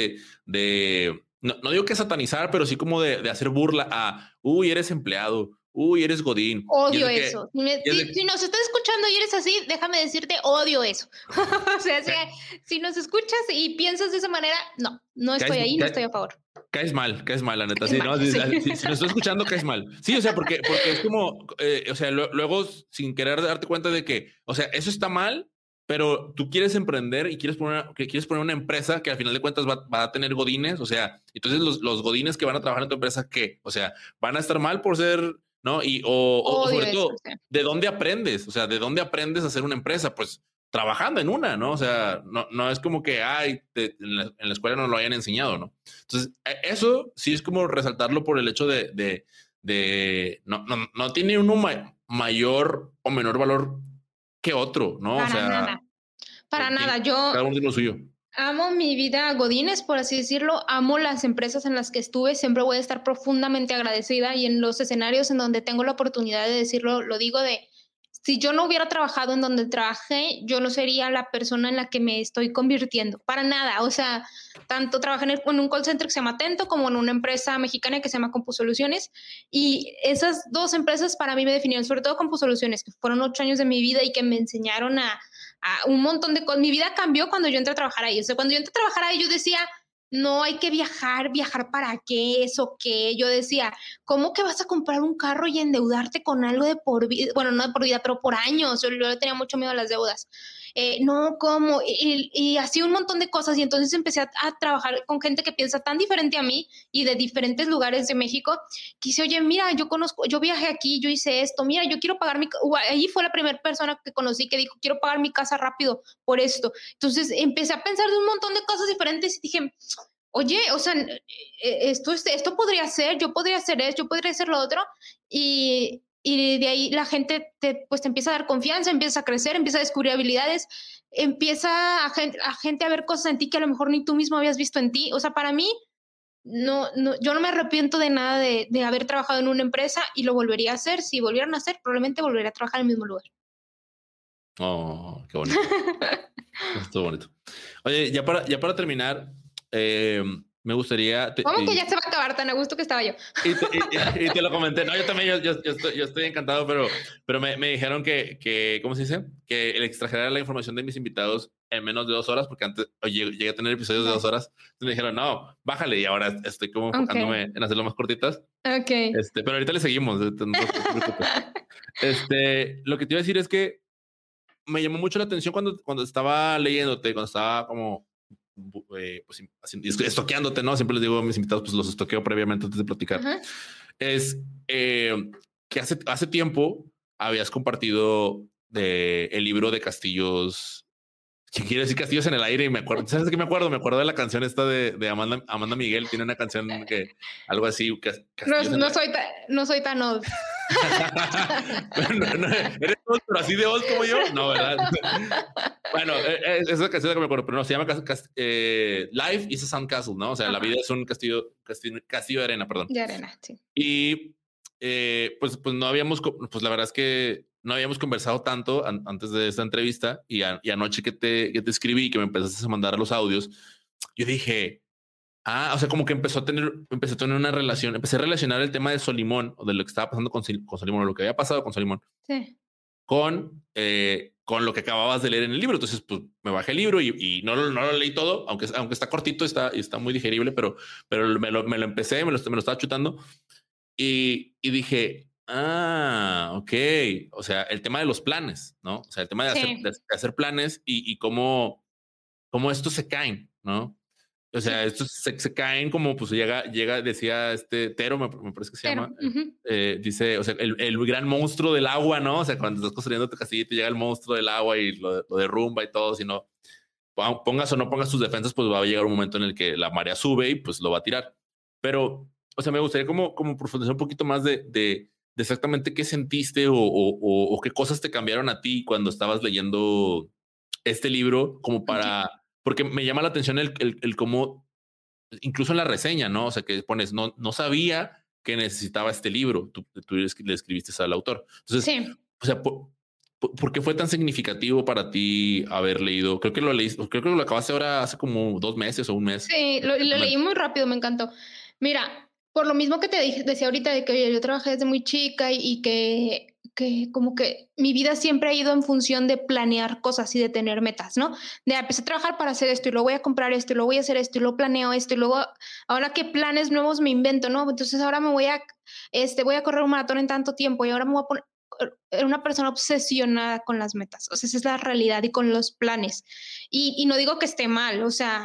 no digo que satanizar, pero sí como de hacer burla a, uy, eres empleado, uy, eres godín. Odio eso. Si nos estás escuchando y eres así, déjame decirte, odio eso. O sea, si nos escuchas y piensas de esa manera, no estoy ahí, no estoy a favor. Caes mal, la neta. Sí, ¿no? Si nos estás escuchando, caes mal. Sí, o sea, porque es como, o sea, luego sin querer darte cuenta de que, o sea, eso está mal, pero tú quieres emprender y quieres poner una empresa que al final de cuentas va a tener godines, o sea, entonces los godines que van a trabajar en tu empresa, ¿qué? O sea, van a estar mal por ser, ¿no? O sobre todo, ¿de dónde aprendes? O sea, ¿de dónde aprendes a hacer una empresa? Pues trabajando en una, ¿no? O sea, no es como que, en la escuela no lo hayan enseñado, ¿no? Entonces, eso sí es como resaltarlo por el hecho de no tiene uno mayor o menor valor que otro, ¿no? Para nada. Yo cada uno tiene lo suyo. Amo mi vida godines, por así decirlo. Amo las empresas en las que estuve. Siempre voy a estar profundamente agradecida y en los escenarios en donde tengo la oportunidad de decirlo, lo digo si yo no hubiera trabajado en donde trabajé, yo no sería la persona en la que me estoy convirtiendo. Para nada. O sea, tanto trabajé en un call center que se llama Atento como en una empresa mexicana que se llama CompuSoluciones. Y esas dos empresas para mí me definieron, sobre todo CompuSoluciones, que fueron 8 años de mi vida y que me enseñaron a un montón de cosas. Mi vida cambió cuando yo entré a trabajar ahí. O sea, cuando yo entré a trabajar ahí, yo decía, no hay que viajar para qué, eso qué. Yo decía, ¿cómo que vas a comprar un carro y endeudarte con algo de por vida? Bueno, no de por vida, pero por años. Yo tenía mucho miedo a las deudas. No, ¿cómo? Y así un montón de cosas. Y entonces empecé a trabajar con gente que piensa tan diferente a mí y de diferentes lugares de México, que dice, oye, mira, yo viajé aquí, yo hice esto, mira, yo quiero pagar ahí fue la primera persona que conocí que dijo, quiero pagar mi casa rápido por esto. Entonces empecé a pensar de un montón de cosas diferentes y dije, oye, o sea, esto podría ser, yo podría hacer esto, yo podría hacer lo otro. Y y de ahí la gente pues te empieza a dar confianza, empiezas a crecer, empieza a descubrir habilidades, empieza a gente a ver cosas en ti que a lo mejor ni tú mismo habías visto en ti. O sea, para mí, yo no me arrepiento de nada de haber trabajado en una empresa y lo volvería a hacer. Si volvieran a hacer, probablemente volvería a trabajar en el mismo lugar. Oh, qué bonito. Estuvo bonito. Oye, ya para terminar, me gustaría... ¿Cómo que ya se va a acabar? Tan a gusto que estaba yo. Y te lo comenté. No, yo también, yo estoy encantado, pero me dijeron que, ¿cómo se dice? Que el extrajerar la información de mis invitados en menos de 2 horas, porque antes llegué a tener episodios de 2 horas. Entonces me dijeron, no, bájale, y ahora estoy como enfocándome en hacerlo más cortitas. Ok. Pero ahorita le seguimos. No te preocupes. Lo que te iba a decir es que me llamó mucho la atención cuando estaba leyéndote, cuando estaba como pues estoqueándote, ¿no? Siempre les digo a mis invitados, pues los estoqueo previamente antes de platicar. Es que hace tiempo habías compartido el libro de Castillos. ¿Qué quiere decir Castillos en el aire? Y me acuerdo, ¿sabes qué me acuerdo? Me acuerdo de la canción esta de Amanda Miguel. Tiene una canción que algo así. No soy tan old. ¿Eres old, pero así de old como yo? No, ¿verdad? Bueno, esa canción que me acuerdo, pero no, se llama Life is a Sandcastle, ¿no? O sea, la vida es un castillo de arena, perdón. De arena, sí. Y pues no habíamos, pues la verdad es que no habíamos conversado tanto antes de esta entrevista y anoche que te escribí y que me empezaste a mandar los audios, yo dije, o sea, como que empecé a tener una relación, empecé a relacionar el tema de Solimón o de lo que estaba pasando con Solimón o lo que había pasado con Solimón. Sí. Con lo que acababas de leer en el libro. Entonces, pues me bajé el libro y no lo leí todo, aunque está cortito, está muy digerible, pero me lo empecé, me lo estaba chutando y dije, ok. O sea, el tema de los planes, ¿no? O sea, el tema de hacer planes y cómo estos se caen, ¿no? O sea, estos se caen como, pues llega, decía Tero, me parece que se llama, dice, o sea, el gran monstruo del agua, ¿no? O sea, cuando estás construyendo tu castillo te llega el monstruo del agua y lo derrumba y todo, si no, pongas o no pongas tus defensas, pues va a llegar un momento en el que la marea sube y pues lo va a tirar. Pero, o sea, me gustaría como profundizar un poquito más de exactamente qué sentiste o qué cosas te cambiaron a ti cuando estabas leyendo este libro, como para... Porque me llama la atención el cómo, incluso en la reseña, ¿no? O sea, que pones, no sabía que necesitaba este libro. Tú le escribiste al autor. Entonces, o sea, ¿por qué fue tan significativo para ti haber leído? Creo que lo leíste, creo que lo acabaste ahora hace como 2 meses o 1 mes. Sí, lo leí muy rápido, me encantó. Mira, por lo mismo que te decía ahorita de que yo trabajé desde muy chica y que como que mi vida siempre ha ido en función de planear cosas y de tener metas, ¿no? De empecé a trabajar para hacer esto y luego voy a comprar esto y luego voy a hacer esto y luego planeo esto y luego ahora qué planes nuevos me invento, ¿no? Entonces ahora voy a correr un maratón en tanto tiempo y ahora me voy a poner una persona obsesionada con las metas. O sea, esa es la realidad y con los planes. Y no digo que esté mal, o sea,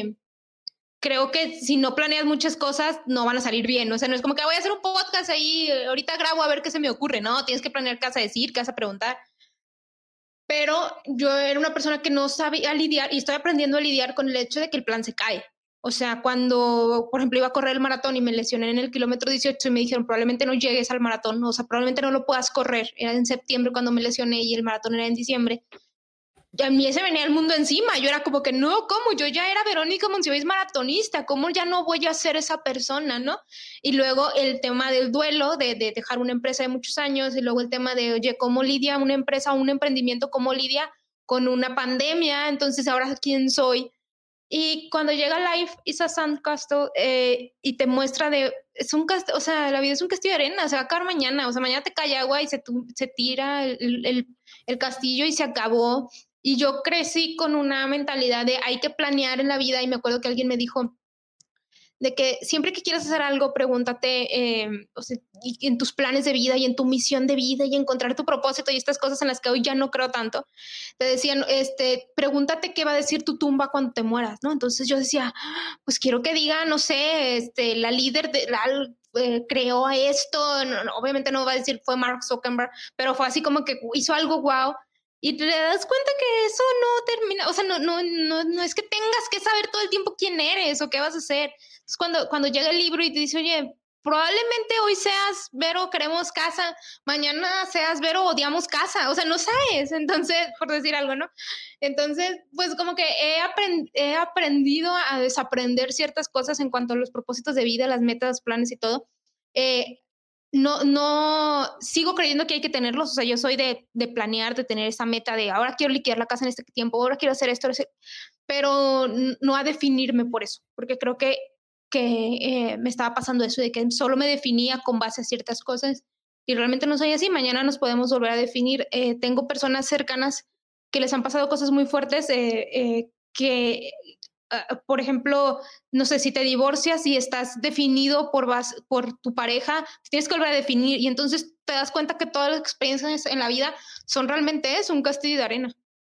creo que si no planeas muchas cosas, no van a salir bien. O sea, no es como que voy a hacer un podcast ahí, ahorita grabo a ver qué se me ocurre. No, tienes que planear qué vas a decir, qué vas a preguntar. Pero yo era una persona que no sabía lidiar y estoy aprendiendo a lidiar con el hecho de que el plan se cae. O sea, cuando, por ejemplo, iba a correr el maratón y me lesioné en el kilómetro 18 y me dijeron, probablemente no llegues al maratón, o sea, probablemente no lo puedas correr. Era en septiembre cuando me lesioné y el maratón era en diciembre. Y a mí se venía el mundo encima. Yo era como que, no, ¿cómo? Yo ya era Verónica Monsiváis maratonista. ¿Cómo ya no voy a ser esa persona, no? Y luego el tema del duelo, de dejar una empresa de muchos años, y luego el tema de, oye, ¿cómo lidia una empresa o un emprendimiento? ¿Cómo lidia con una pandemia? Entonces, ¿ahora quién soy? Y cuando llega Life is a Sandcastle y te muestra es un castillo, o sea, la vida es un castillo de arena, se va a acabar mañana, o sea, mañana te cae agua y se tira el castillo y se acabó. Y yo crecí con una mentalidad de hay que planear en la vida y me acuerdo que alguien me dijo de que siempre que quieras hacer algo, pregúntate o sea, y en tus planes de vida y en tu misión de vida y encontrar tu propósito y estas cosas en las que hoy ya no creo tanto. Te decían, pregúntate qué va a decir tu tumba cuando te mueras, ¿no? Entonces yo decía, pues quiero que diga, no sé, la líder de creó esto, obviamente no va a decir fue Mark Zuckerberg, pero fue así como que hizo algo wow. Y te das cuenta que eso no termina, o sea, no es que tengas que saber todo el tiempo quién eres o qué vas a hacer. Entonces, cuando llega el libro y te dice, oye, probablemente hoy seas Vero, queremos casa, mañana seas Vero, odiamos casa, o sea, no sabes, entonces, por decir algo, ¿no? Entonces, pues como que he aprendido a desaprender ciertas cosas en cuanto a los propósitos de vida, las metas, planes y todo. No, sigo creyendo que hay que tenerlos, o sea, yo soy de planear, de tener esa meta de ahora quiero liquidar la casa en este tiempo, ahora quiero hacer esto, pero no a definirme por eso, porque creo que me estaba pasando eso de que solo me definía con base a ciertas cosas y realmente no soy así. Mañana nos podemos volver a definir. Tengo personas cercanas que les han pasado cosas muy fuertes que, por ejemplo, no sé, si te divorcias y estás definido por tu pareja, tienes que volver a definir y entonces te das cuenta que todas las experiencias en la vida son realmente eso, un castillo de arena.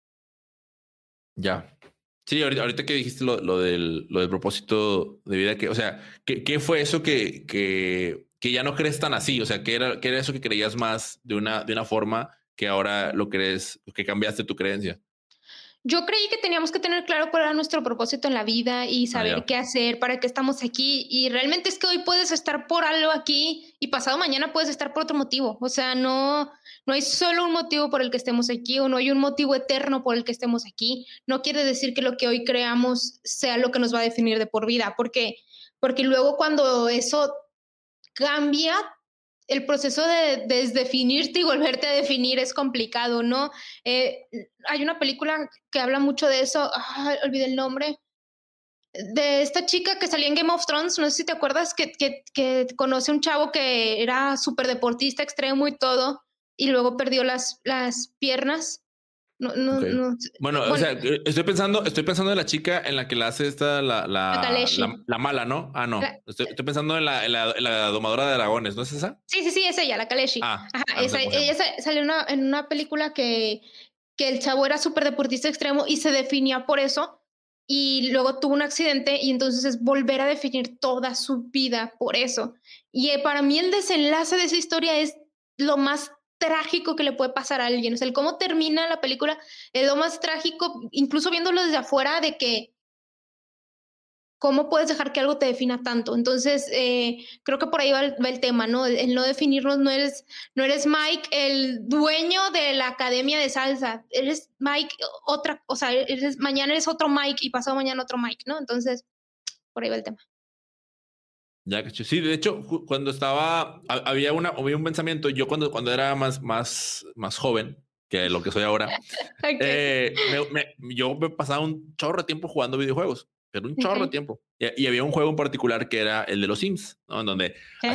Ya. Sí, ahorita que dijiste lo del propósito de vida, o sea, ¿qué fue eso que ya no crees tan así? O sea, ¿qué era eso que creías más de una forma que ahora lo crees, que cambiaste tu creencia? Yo creí que teníamos que tener claro cuál era nuestro propósito en la vida y saber qué hacer, para qué estamos aquí. Y realmente es que hoy puedes estar por algo aquí y pasado mañana puedes estar por otro motivo. O sea, no hay solo un motivo por el que estemos aquí o no hay un motivo eterno por el que estemos aquí. No quiere decir que lo que hoy creamos sea lo que nos va a definir de por vida, porque luego cuando eso cambia, el proceso de desdefinirte y volverte a definir es complicado, ¿no? Hay una película que habla mucho de eso, olvidé el nombre, de esta chica que salía en Game of Thrones, no sé si te acuerdas, que conoce a un chavo que era súper deportista, extremo y todo, y luego perdió las piernas. Okay. Bueno, o sea, estoy pensando en la chica en la que la hace la mala, ¿no? Ah, no. Estoy pensando en la domadora de dragones, ¿no es esa? Sí, es ella, la Kaleshi. Ella salió en una película que el chavo era súper deportista extremo y se definía por eso y luego tuvo un accidente y entonces es volver a definir toda su vida por eso. Y para mí el desenlace de esa historia es lo más trágico que le puede pasar a alguien. O sea, el cómo termina la película es lo más trágico, incluso viéndolo desde afuera, de que cómo puedes dejar que algo te defina tanto. Entonces, creo que por ahí va el tema, ¿no? El no definirnos, no eres Mike, el dueño de la academia de salsa. Eres Mike, o sea, mañana eres otro Mike y pasado mañana otro Mike, ¿no? Entonces, por ahí va el tema. Ya, sí, de hecho, cuando había un pensamiento, yo cuando era más joven que lo que soy ahora, yo me pasaba un chorro de tiempo jugando videojuegos, pero un chorro de tiempo. Y había un juego en particular que era el de los Sims, ¿no? En donde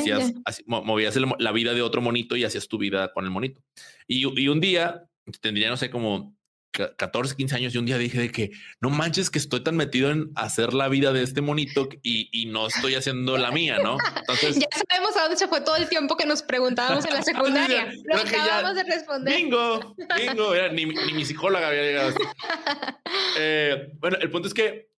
movías la vida de otro monito y hacías tu vida con el monito. Y un día, tendría, no sé, como 14, 15 años y un día dije de que no manches que estoy tan metido en hacer la vida de este monito y no estoy haciendo la mía, ¿no? Entonces ya sabemos a dónde se fue todo el tiempo que nos preguntábamos en la secundaria. Lo acabamos de responder. Bingo, ni mi psicóloga había llegado. Bueno, el punto es que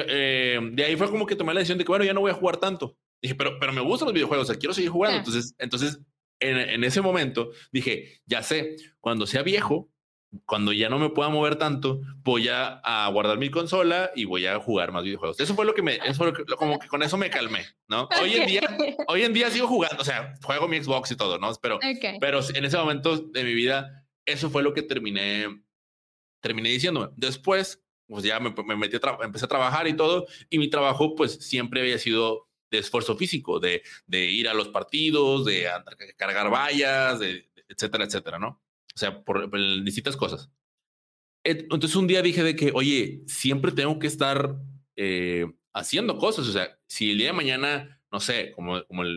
de ahí fue como que tomé la decisión de que bueno, ya no voy a jugar tanto. Dije, pero me gustan los videojuegos, o sea, quiero seguir jugando. Entonces en ese momento dije, ya sé, cuando sea viejo, cuando ya no me pueda mover tanto, voy a guardar mi consola y voy a jugar más videojuegos. Eso fue como que con eso me calmé, ¿no? Hoy en día sigo jugando, o sea, juego mi Xbox y todo, ¿no? Pero en ese momento de mi vida, eso fue lo que terminé diciéndome. Después, pues ya me empecé a trabajar y todo, y mi trabajo pues siempre había sido de esfuerzo físico, de ir a los partidos, de cargar vallas, etcétera, etcétera, ¿no? O sea, por distintas cosas. Entonces un día dije de que, oye, siempre tengo que estar haciendo cosas. O sea, si el día de mañana, no sé, como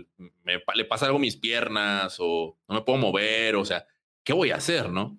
le pasa algo a mis piernas o no me puedo mover, o sea, ¿qué voy a hacer, no?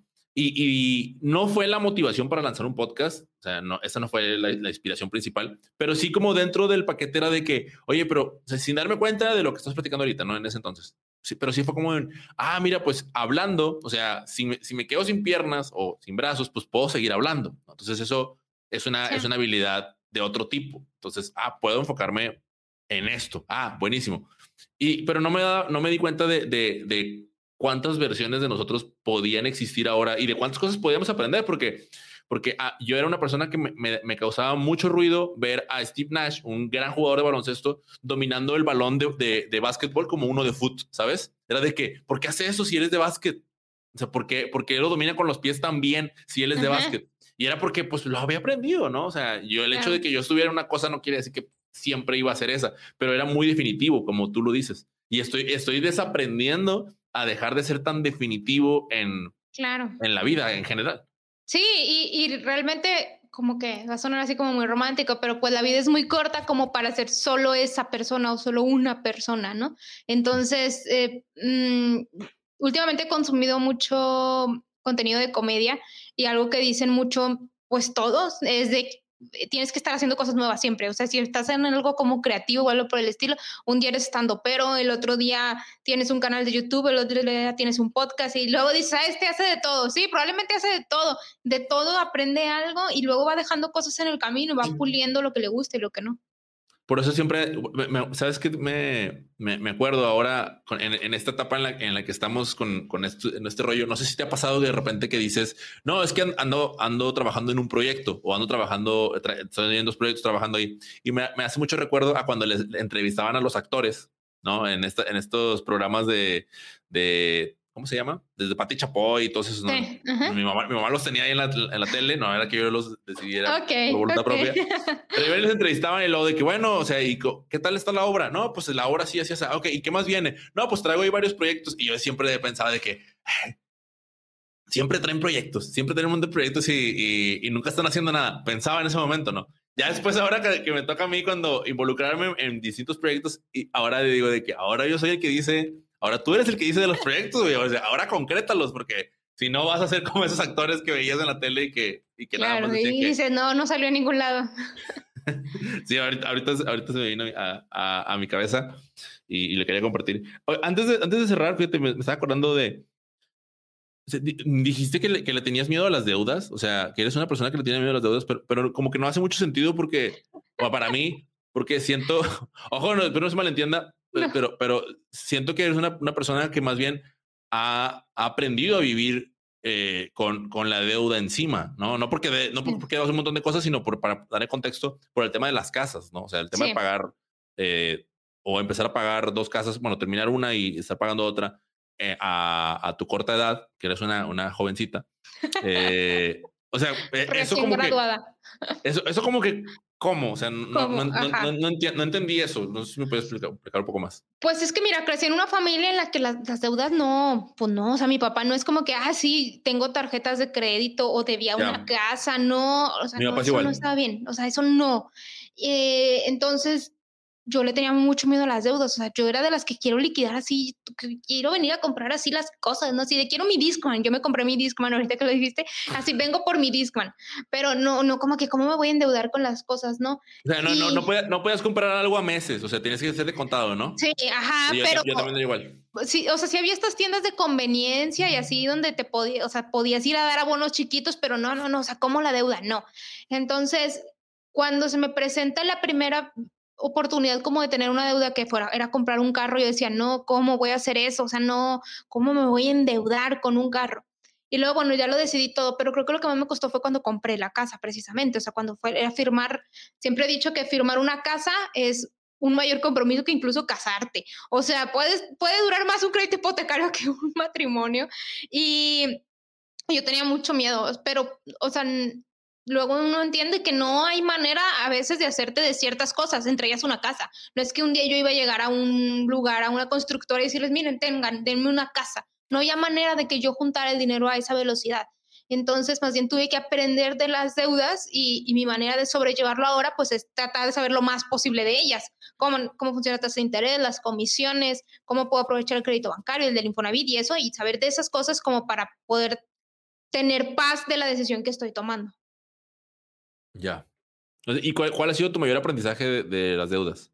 Y no fue la motivación para lanzar un podcast. O sea, no, esa no fue la inspiración principal, pero sí como dentro del paquete era de que, oye, pero o sea, sin darme cuenta de lo que estás platicando ahorita, ¿no? En ese entonces. Sí, pero sí fue como, mira, pues hablando, o sea, si me quedo sin piernas o sin brazos, pues puedo seguir hablando. Entonces eso es una habilidad de otro tipo. Entonces, puedo enfocarme en esto. Buenísimo. Pero no me di cuenta de cuántas versiones de nosotros podían existir ahora y de cuántas cosas podíamos aprender, porque porque yo era una persona que me causaba mucho ruido ver a Steve Nash, un gran jugador de baloncesto, dominando el balón de básquetbol como uno de fútbol, ¿sabes? Era de que, ¿por qué hace eso si eres de básquet? O sea, porque él lo domina con los pies también si él es de básquet? Y era porque pues lo había aprendido, ¿no? O sea, el hecho de que yo estuviera en una cosa no quiere decir que siempre iba a ser esa, pero era muy definitivo, como tú lo dices. Y estoy desaprendiendo a dejar de ser tan definitivo en la vida en general. Sí, y realmente como que va a sonar así como muy romántico, pero pues la vida es muy corta como para ser solo esa persona o solo una persona, ¿no? Entonces, últimamente he consumido mucho contenido de comedia y algo que dicen mucho, pues todos, es de tienes que estar haciendo cosas nuevas siempre. O sea, si estás en algo como creativo o algo por el estilo, un día eres estando, pero el otro día tienes un canal de YouTube, el otro día tienes un podcast y luego dices, este hace de todo. Sí, probablemente hace de todo aprende algo y luego va dejando cosas en el camino, va puliendo lo que le gusta y lo que no. Por eso siempre, ¿sabes qué? Me acuerdo ahora en esta etapa en la que estamos en este rollo. No sé si te ha pasado de repente que dices, no, es que ando trabajando en un proyecto o ando trabajando, estoy en 2 proyectos trabajando ahí. Y me hace mucho recuerdo a cuando les entrevistaban a los actores, ¿no? En estos programas de ¿cómo se llama? Desde Pati Chapoy y todos esos. ¿No? Sí, Mi mamá los tenía ahí en la tele, no era que yo los decidiera por voluntad propia. Pero ellos les entrevistaban y luego de que, bueno, o sea, ¿y qué tal está la obra? No, pues la obra sí, así, así. Ok, ¿y qué más viene? No, pues traigo ahí varios proyectos. Y yo siempre pensaba de que siempre traen proyectos, siempre tienen un montón de proyectos y nunca están haciendo nada. Pensaba en ese momento, ¿no? Ya después, ahora que me toca a mí cuando involucrarme en distintos proyectos, y ahora le digo de que ahora yo soy el que dice, ahora tú eres el que dice de los proyectos, güey. O sea, ahora concrétalos, porque si no vas a ser como esos actores que veías en la tele y que claro, nada más decían y dices, no salió a ningún lado. Sí, ahorita se me vino a mi cabeza y le quería compartir. Antes de cerrar, fíjate, me estaba acordando de, o sea, dijiste que le tenías miedo a las deudas, o sea, que eres una persona que le tiene miedo a las deudas, pero como que no hace mucho sentido porque, o para mí, porque siento, ojo, pero no se malentienda, No. pero siento que eres una persona que más bien ha aprendido a vivir con la deuda encima, ¿no? No porque hagas un montón de cosas, sino para darle contexto por el tema de las casas, ¿no? O sea, el tema de pagar o empezar a pagar 2 casas, bueno, terminar una y estar pagando otra a tu corta edad, que eres una jovencita. O sea, eso como graduada. que, eso como que, ¿cómo? O sea, ¿Cómo? no entendí eso. No sé si me puedes explicar un poco más. Pues es que mira, crecí en una familia en la que las deudas no, pues no, o sea, mi papá no es como que, sí, tengo tarjetas de crédito o debía una casa, no, o sea, Mi no, papá es eso igual. no estaba bien, o sea, eso no. Entonces, yo le tenía mucho miedo a las deudas, o sea, yo era de las que quiero liquidar así, que quiero venir a comprar así las cosas, ¿no? Así de quiero mi Discman, yo me compré mi Discman ahorita que lo dijiste, así vengo por mi Discman, pero no como que cómo me voy a endeudar con las cosas, ¿no? O sea, no puedes comprar algo a meses, o sea, tienes que ser de contado, ¿no? Sí, ajá, pero yo también era igual. sí, o sea, sí había estas tiendas de conveniencia y así donde te podías, o sea, podías ir a dar abonos chiquitos, pero no, o sea, ¿cómo la deuda? No. Entonces, cuando se me presenta la primera oportunidad como de tener una deuda que era comprar un carro, yo decía, no, ¿cómo voy a hacer eso? O sea, no, ¿cómo me voy a endeudar con un carro? Y luego, bueno, ya lo decidí todo, pero creo que lo que más me costó fue cuando compré la casa, precisamente. O sea, era firmar, siempre he dicho que firmar una casa es un mayor compromiso que incluso casarte. O sea, puede durar más un crédito hipotecario que un matrimonio. Y yo tenía mucho miedo, pero, o sea, luego uno entiende que no hay manera a veces de hacerte de ciertas cosas, entre ellas una casa. No es que un día yo iba a llegar a un lugar, a una constructora y decirles, miren, denme una casa. No había manera de que yo juntara el dinero a esa velocidad. Entonces, más bien tuve que aprender de las deudas y mi manera de sobrellevarlo ahora, pues es tratar de saber lo más posible de ellas. Cómo funciona la tasa de interés, las comisiones, cómo puedo aprovechar el crédito bancario, el del Infonavit y eso, y saber de esas cosas como para poder tener paz de la decisión que estoy tomando. Ya. ¿Y cuál ha sido tu mayor aprendizaje de las deudas?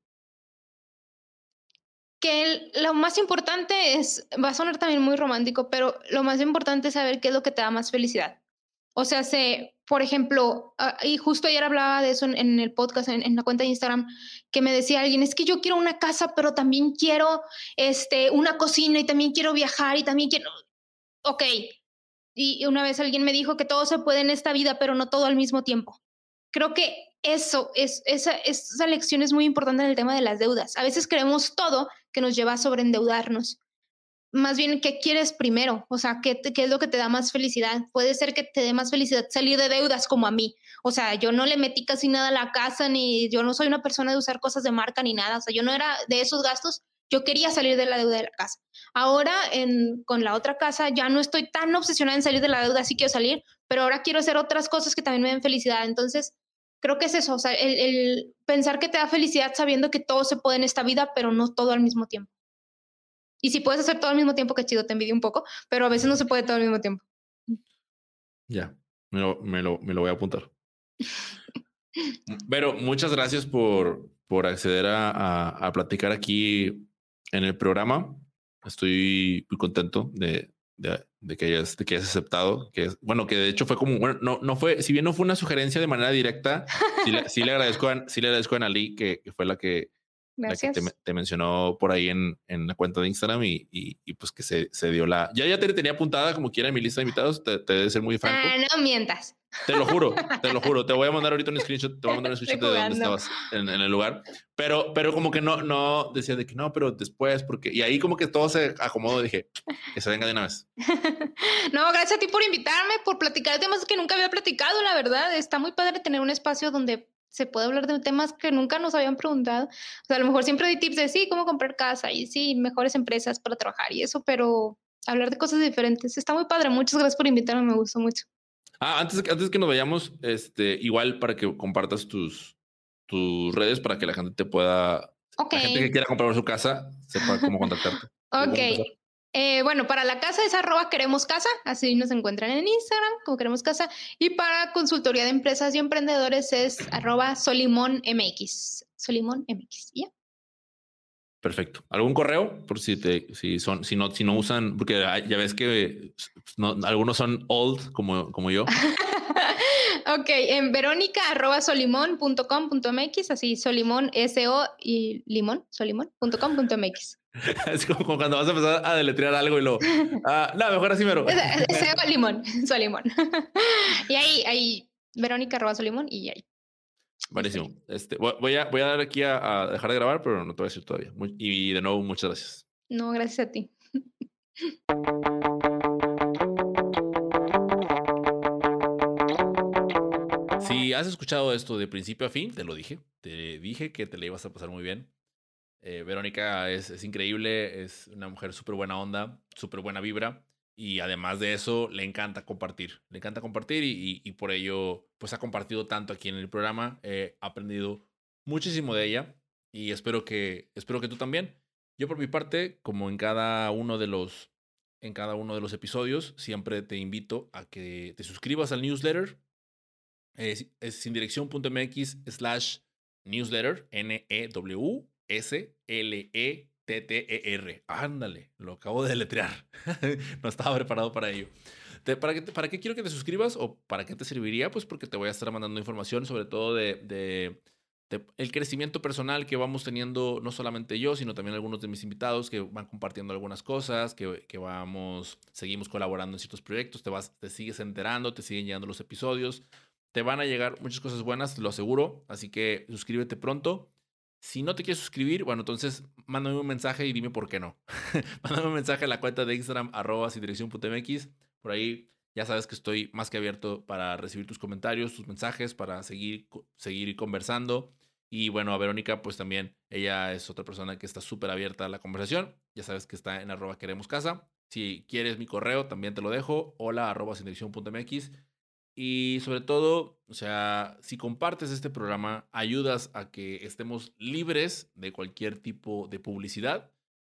Que lo más importante va a sonar también muy romántico, pero lo más importante es saber qué es lo que te da más felicidad. O sea, por ejemplo, y justo ayer hablaba de eso en el podcast, en la cuenta de Instagram, que me decía alguien, es que yo quiero una casa, pero también quiero una cocina y también quiero viajar y también quiero, ok, Y una vez alguien me dijo que todo se puede en esta vida, pero no todo al mismo tiempo. Creo que esa lección es muy importante en el tema de las deudas. A veces creemos todo que nos lleva a sobreendeudarnos. Más bien, ¿qué quieres primero? O sea, ¿qué es lo que te da más felicidad? Puede ser que te dé más felicidad salir de deudas como a mí. O sea, yo no le metí casi nada a la casa, ni yo no soy una persona de usar cosas de marca ni nada. O sea, yo no era de esos gastos. Yo quería salir de la deuda de la casa. Ahora, con la otra casa, ya no estoy tan obsesionada en salir de la deuda, sí quiero salir, pero ahora quiero hacer otras cosas que también me den felicidad. Entonces, creo que es eso, o sea, el pensar que te da felicidad sabiendo que todo se puede en esta vida, pero no todo al mismo tiempo. Y si puedes hacer todo al mismo tiempo, qué chido, te envidio un poco, pero a veces no se puede todo al mismo tiempo. Ya, me lo voy a apuntar. Pero muchas gracias por acceder a platicar aquí en el programa. Estoy muy contento de que hayas aceptado. Bueno, que de hecho fue como, bueno, no fue, si bien no fue una sugerencia de manera directa, sí le agradezco a Analí, que fue la que Gracias. te mencionó por ahí en la cuenta de Instagram y pues que se dio la... Ya te tenía apuntada como quiera en mi lista de invitados, te debe ser muy franco. No mientas. Te lo juro, te lo juro. Te voy a mandar ahorita un screenshot, te voy a mandar un Estoy screenshot de dónde jugando. estabas en el lugar. Pero como que no decía de que no, pero después, porque... Y ahí como que todo se acomodó, dije, que se venga de una vez. No, gracias a ti por invitarme, por platicar de temas que nunca había platicado, la verdad. Está muy padre tener un espacio donde se puede hablar de temas que nunca nos habían preguntado. O sea, a lo mejor siempre doy tips de sí, cómo comprar casa y sí, mejores empresas para trabajar y eso, pero hablar de cosas diferentes. Está muy padre. Muchas gracias por invitarme, me gustó mucho. Antes que nos vayamos, igual para que compartas tus redes para que la gente te pueda, Ok. la gente que quiera comprar su casa, sepa cómo contactarte. Ok. ¿Cómo empezar? Bueno, para la casa es @queremoscasa, así nos encuentran en Instagram como queremos casa. Y para consultoría de empresas y emprendedores es @solimonmx. Solimonmx, ¿ya? Perfecto. ¿Algún correo? Por si no usan, porque ya ves que algunos son old como yo. Ok, en verónica @solimon.com.mx, así Solimón, SO y limón, solimón.com.mx. Es como cuando vas a empezar a deletrear algo y no, mejor así mero. SO limón, Solimón. Y ahí, verónica @solimón y ahí. Buenísimo. Voy a dar aquí a dejar de grabar, pero no te voy a decir todavía. Y de nuevo, muchas gracias. No, gracias a ti. Si has escuchado esto de principio a fin, te lo dije. Te dije que te la ibas a pasar muy bien. Verónica es increíble, es una mujer súper buena onda, súper buena vibra. Y además de eso, le encanta compartir. Le encanta compartir y por ello, pues ha compartido tanto aquí en el programa. He aprendido muchísimo de ella y espero que tú también. Yo por mi parte, como en cada uno de los episodios, siempre te invito a que te suscribas al newsletter. Es sindirección.mx/newsletter, NEWSLETTER. Ándale, lo acabo de deletrear. No estaba preparado para ello. ¿Para qué quiero que te suscribas o para qué te serviría? Pues porque te voy a estar mandando información, sobre todo de el crecimiento personal que vamos teniendo, no solamente yo, sino también algunos de mis invitados que van compartiendo algunas cosas, que seguimos colaborando en ciertos proyectos, te sigues enterando, te siguen llegando los episodios. Te van a llegar muchas cosas buenas, te lo aseguro. Así que suscríbete pronto. Si no te quieres suscribir, bueno, entonces mándame un mensaje y dime por qué no. Mándame un mensaje a la cuenta de Instagram @sindirección.mx. Por ahí ya sabes que estoy más que abierto para recibir tus comentarios, tus mensajes, para seguir conversando. Y bueno, a Verónica, pues también ella es otra persona que está súper abierta a la conversación. Ya sabes que está en @queremoscasa. Si quieres mi correo, también te lo dejo. Hola @sindirección.mx. Y sobre todo, o sea, si compartes este programa, ayudas a que estemos libres de cualquier tipo de publicidad,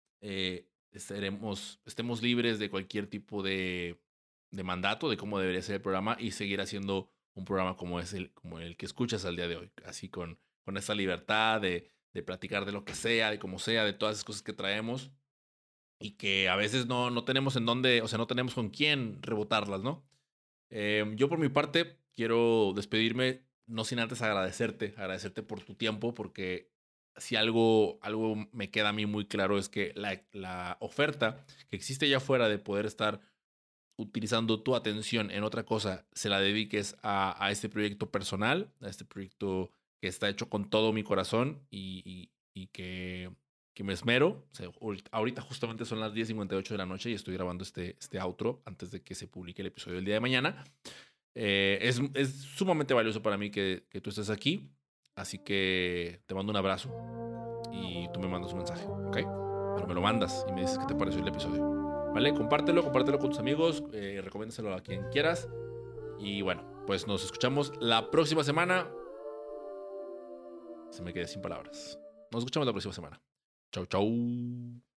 estemos libres de cualquier tipo de mandato de cómo debería ser el programa y seguir haciendo un programa como el que escuchas al día de hoy, así con esa libertad de platicar de lo que sea, de cómo sea, de todas esas cosas que traemos y que a veces no tenemos en dónde, o sea, no tenemos con quién rebotarlas, ¿no? Yo por mi parte quiero despedirme, no sin antes agradecerte por tu tiempo, porque si algo me queda a mí muy claro es que la oferta que existe allá afuera de poder estar utilizando tu atención en otra cosa, se la dediques a este proyecto personal, a este proyecto que está hecho con todo mi corazón y que me esmero. O sea, ahorita justamente son las 10:58 de la noche y estoy grabando este outro antes de que se publique el episodio del día de mañana. Es sumamente valioso para mí que tú estés aquí, así que te mando un abrazo y tú me mandas un mensaje, ¿ok? Pero me lo mandas y me dices qué te pareció el episodio. ¿Vale? Compártelo con tus amigos, recomiéndaselo a quien quieras. Y bueno, pues nos escuchamos la próxima semana. Se me quedé sin palabras. Nos escuchamos la próxima semana. Chau, chau.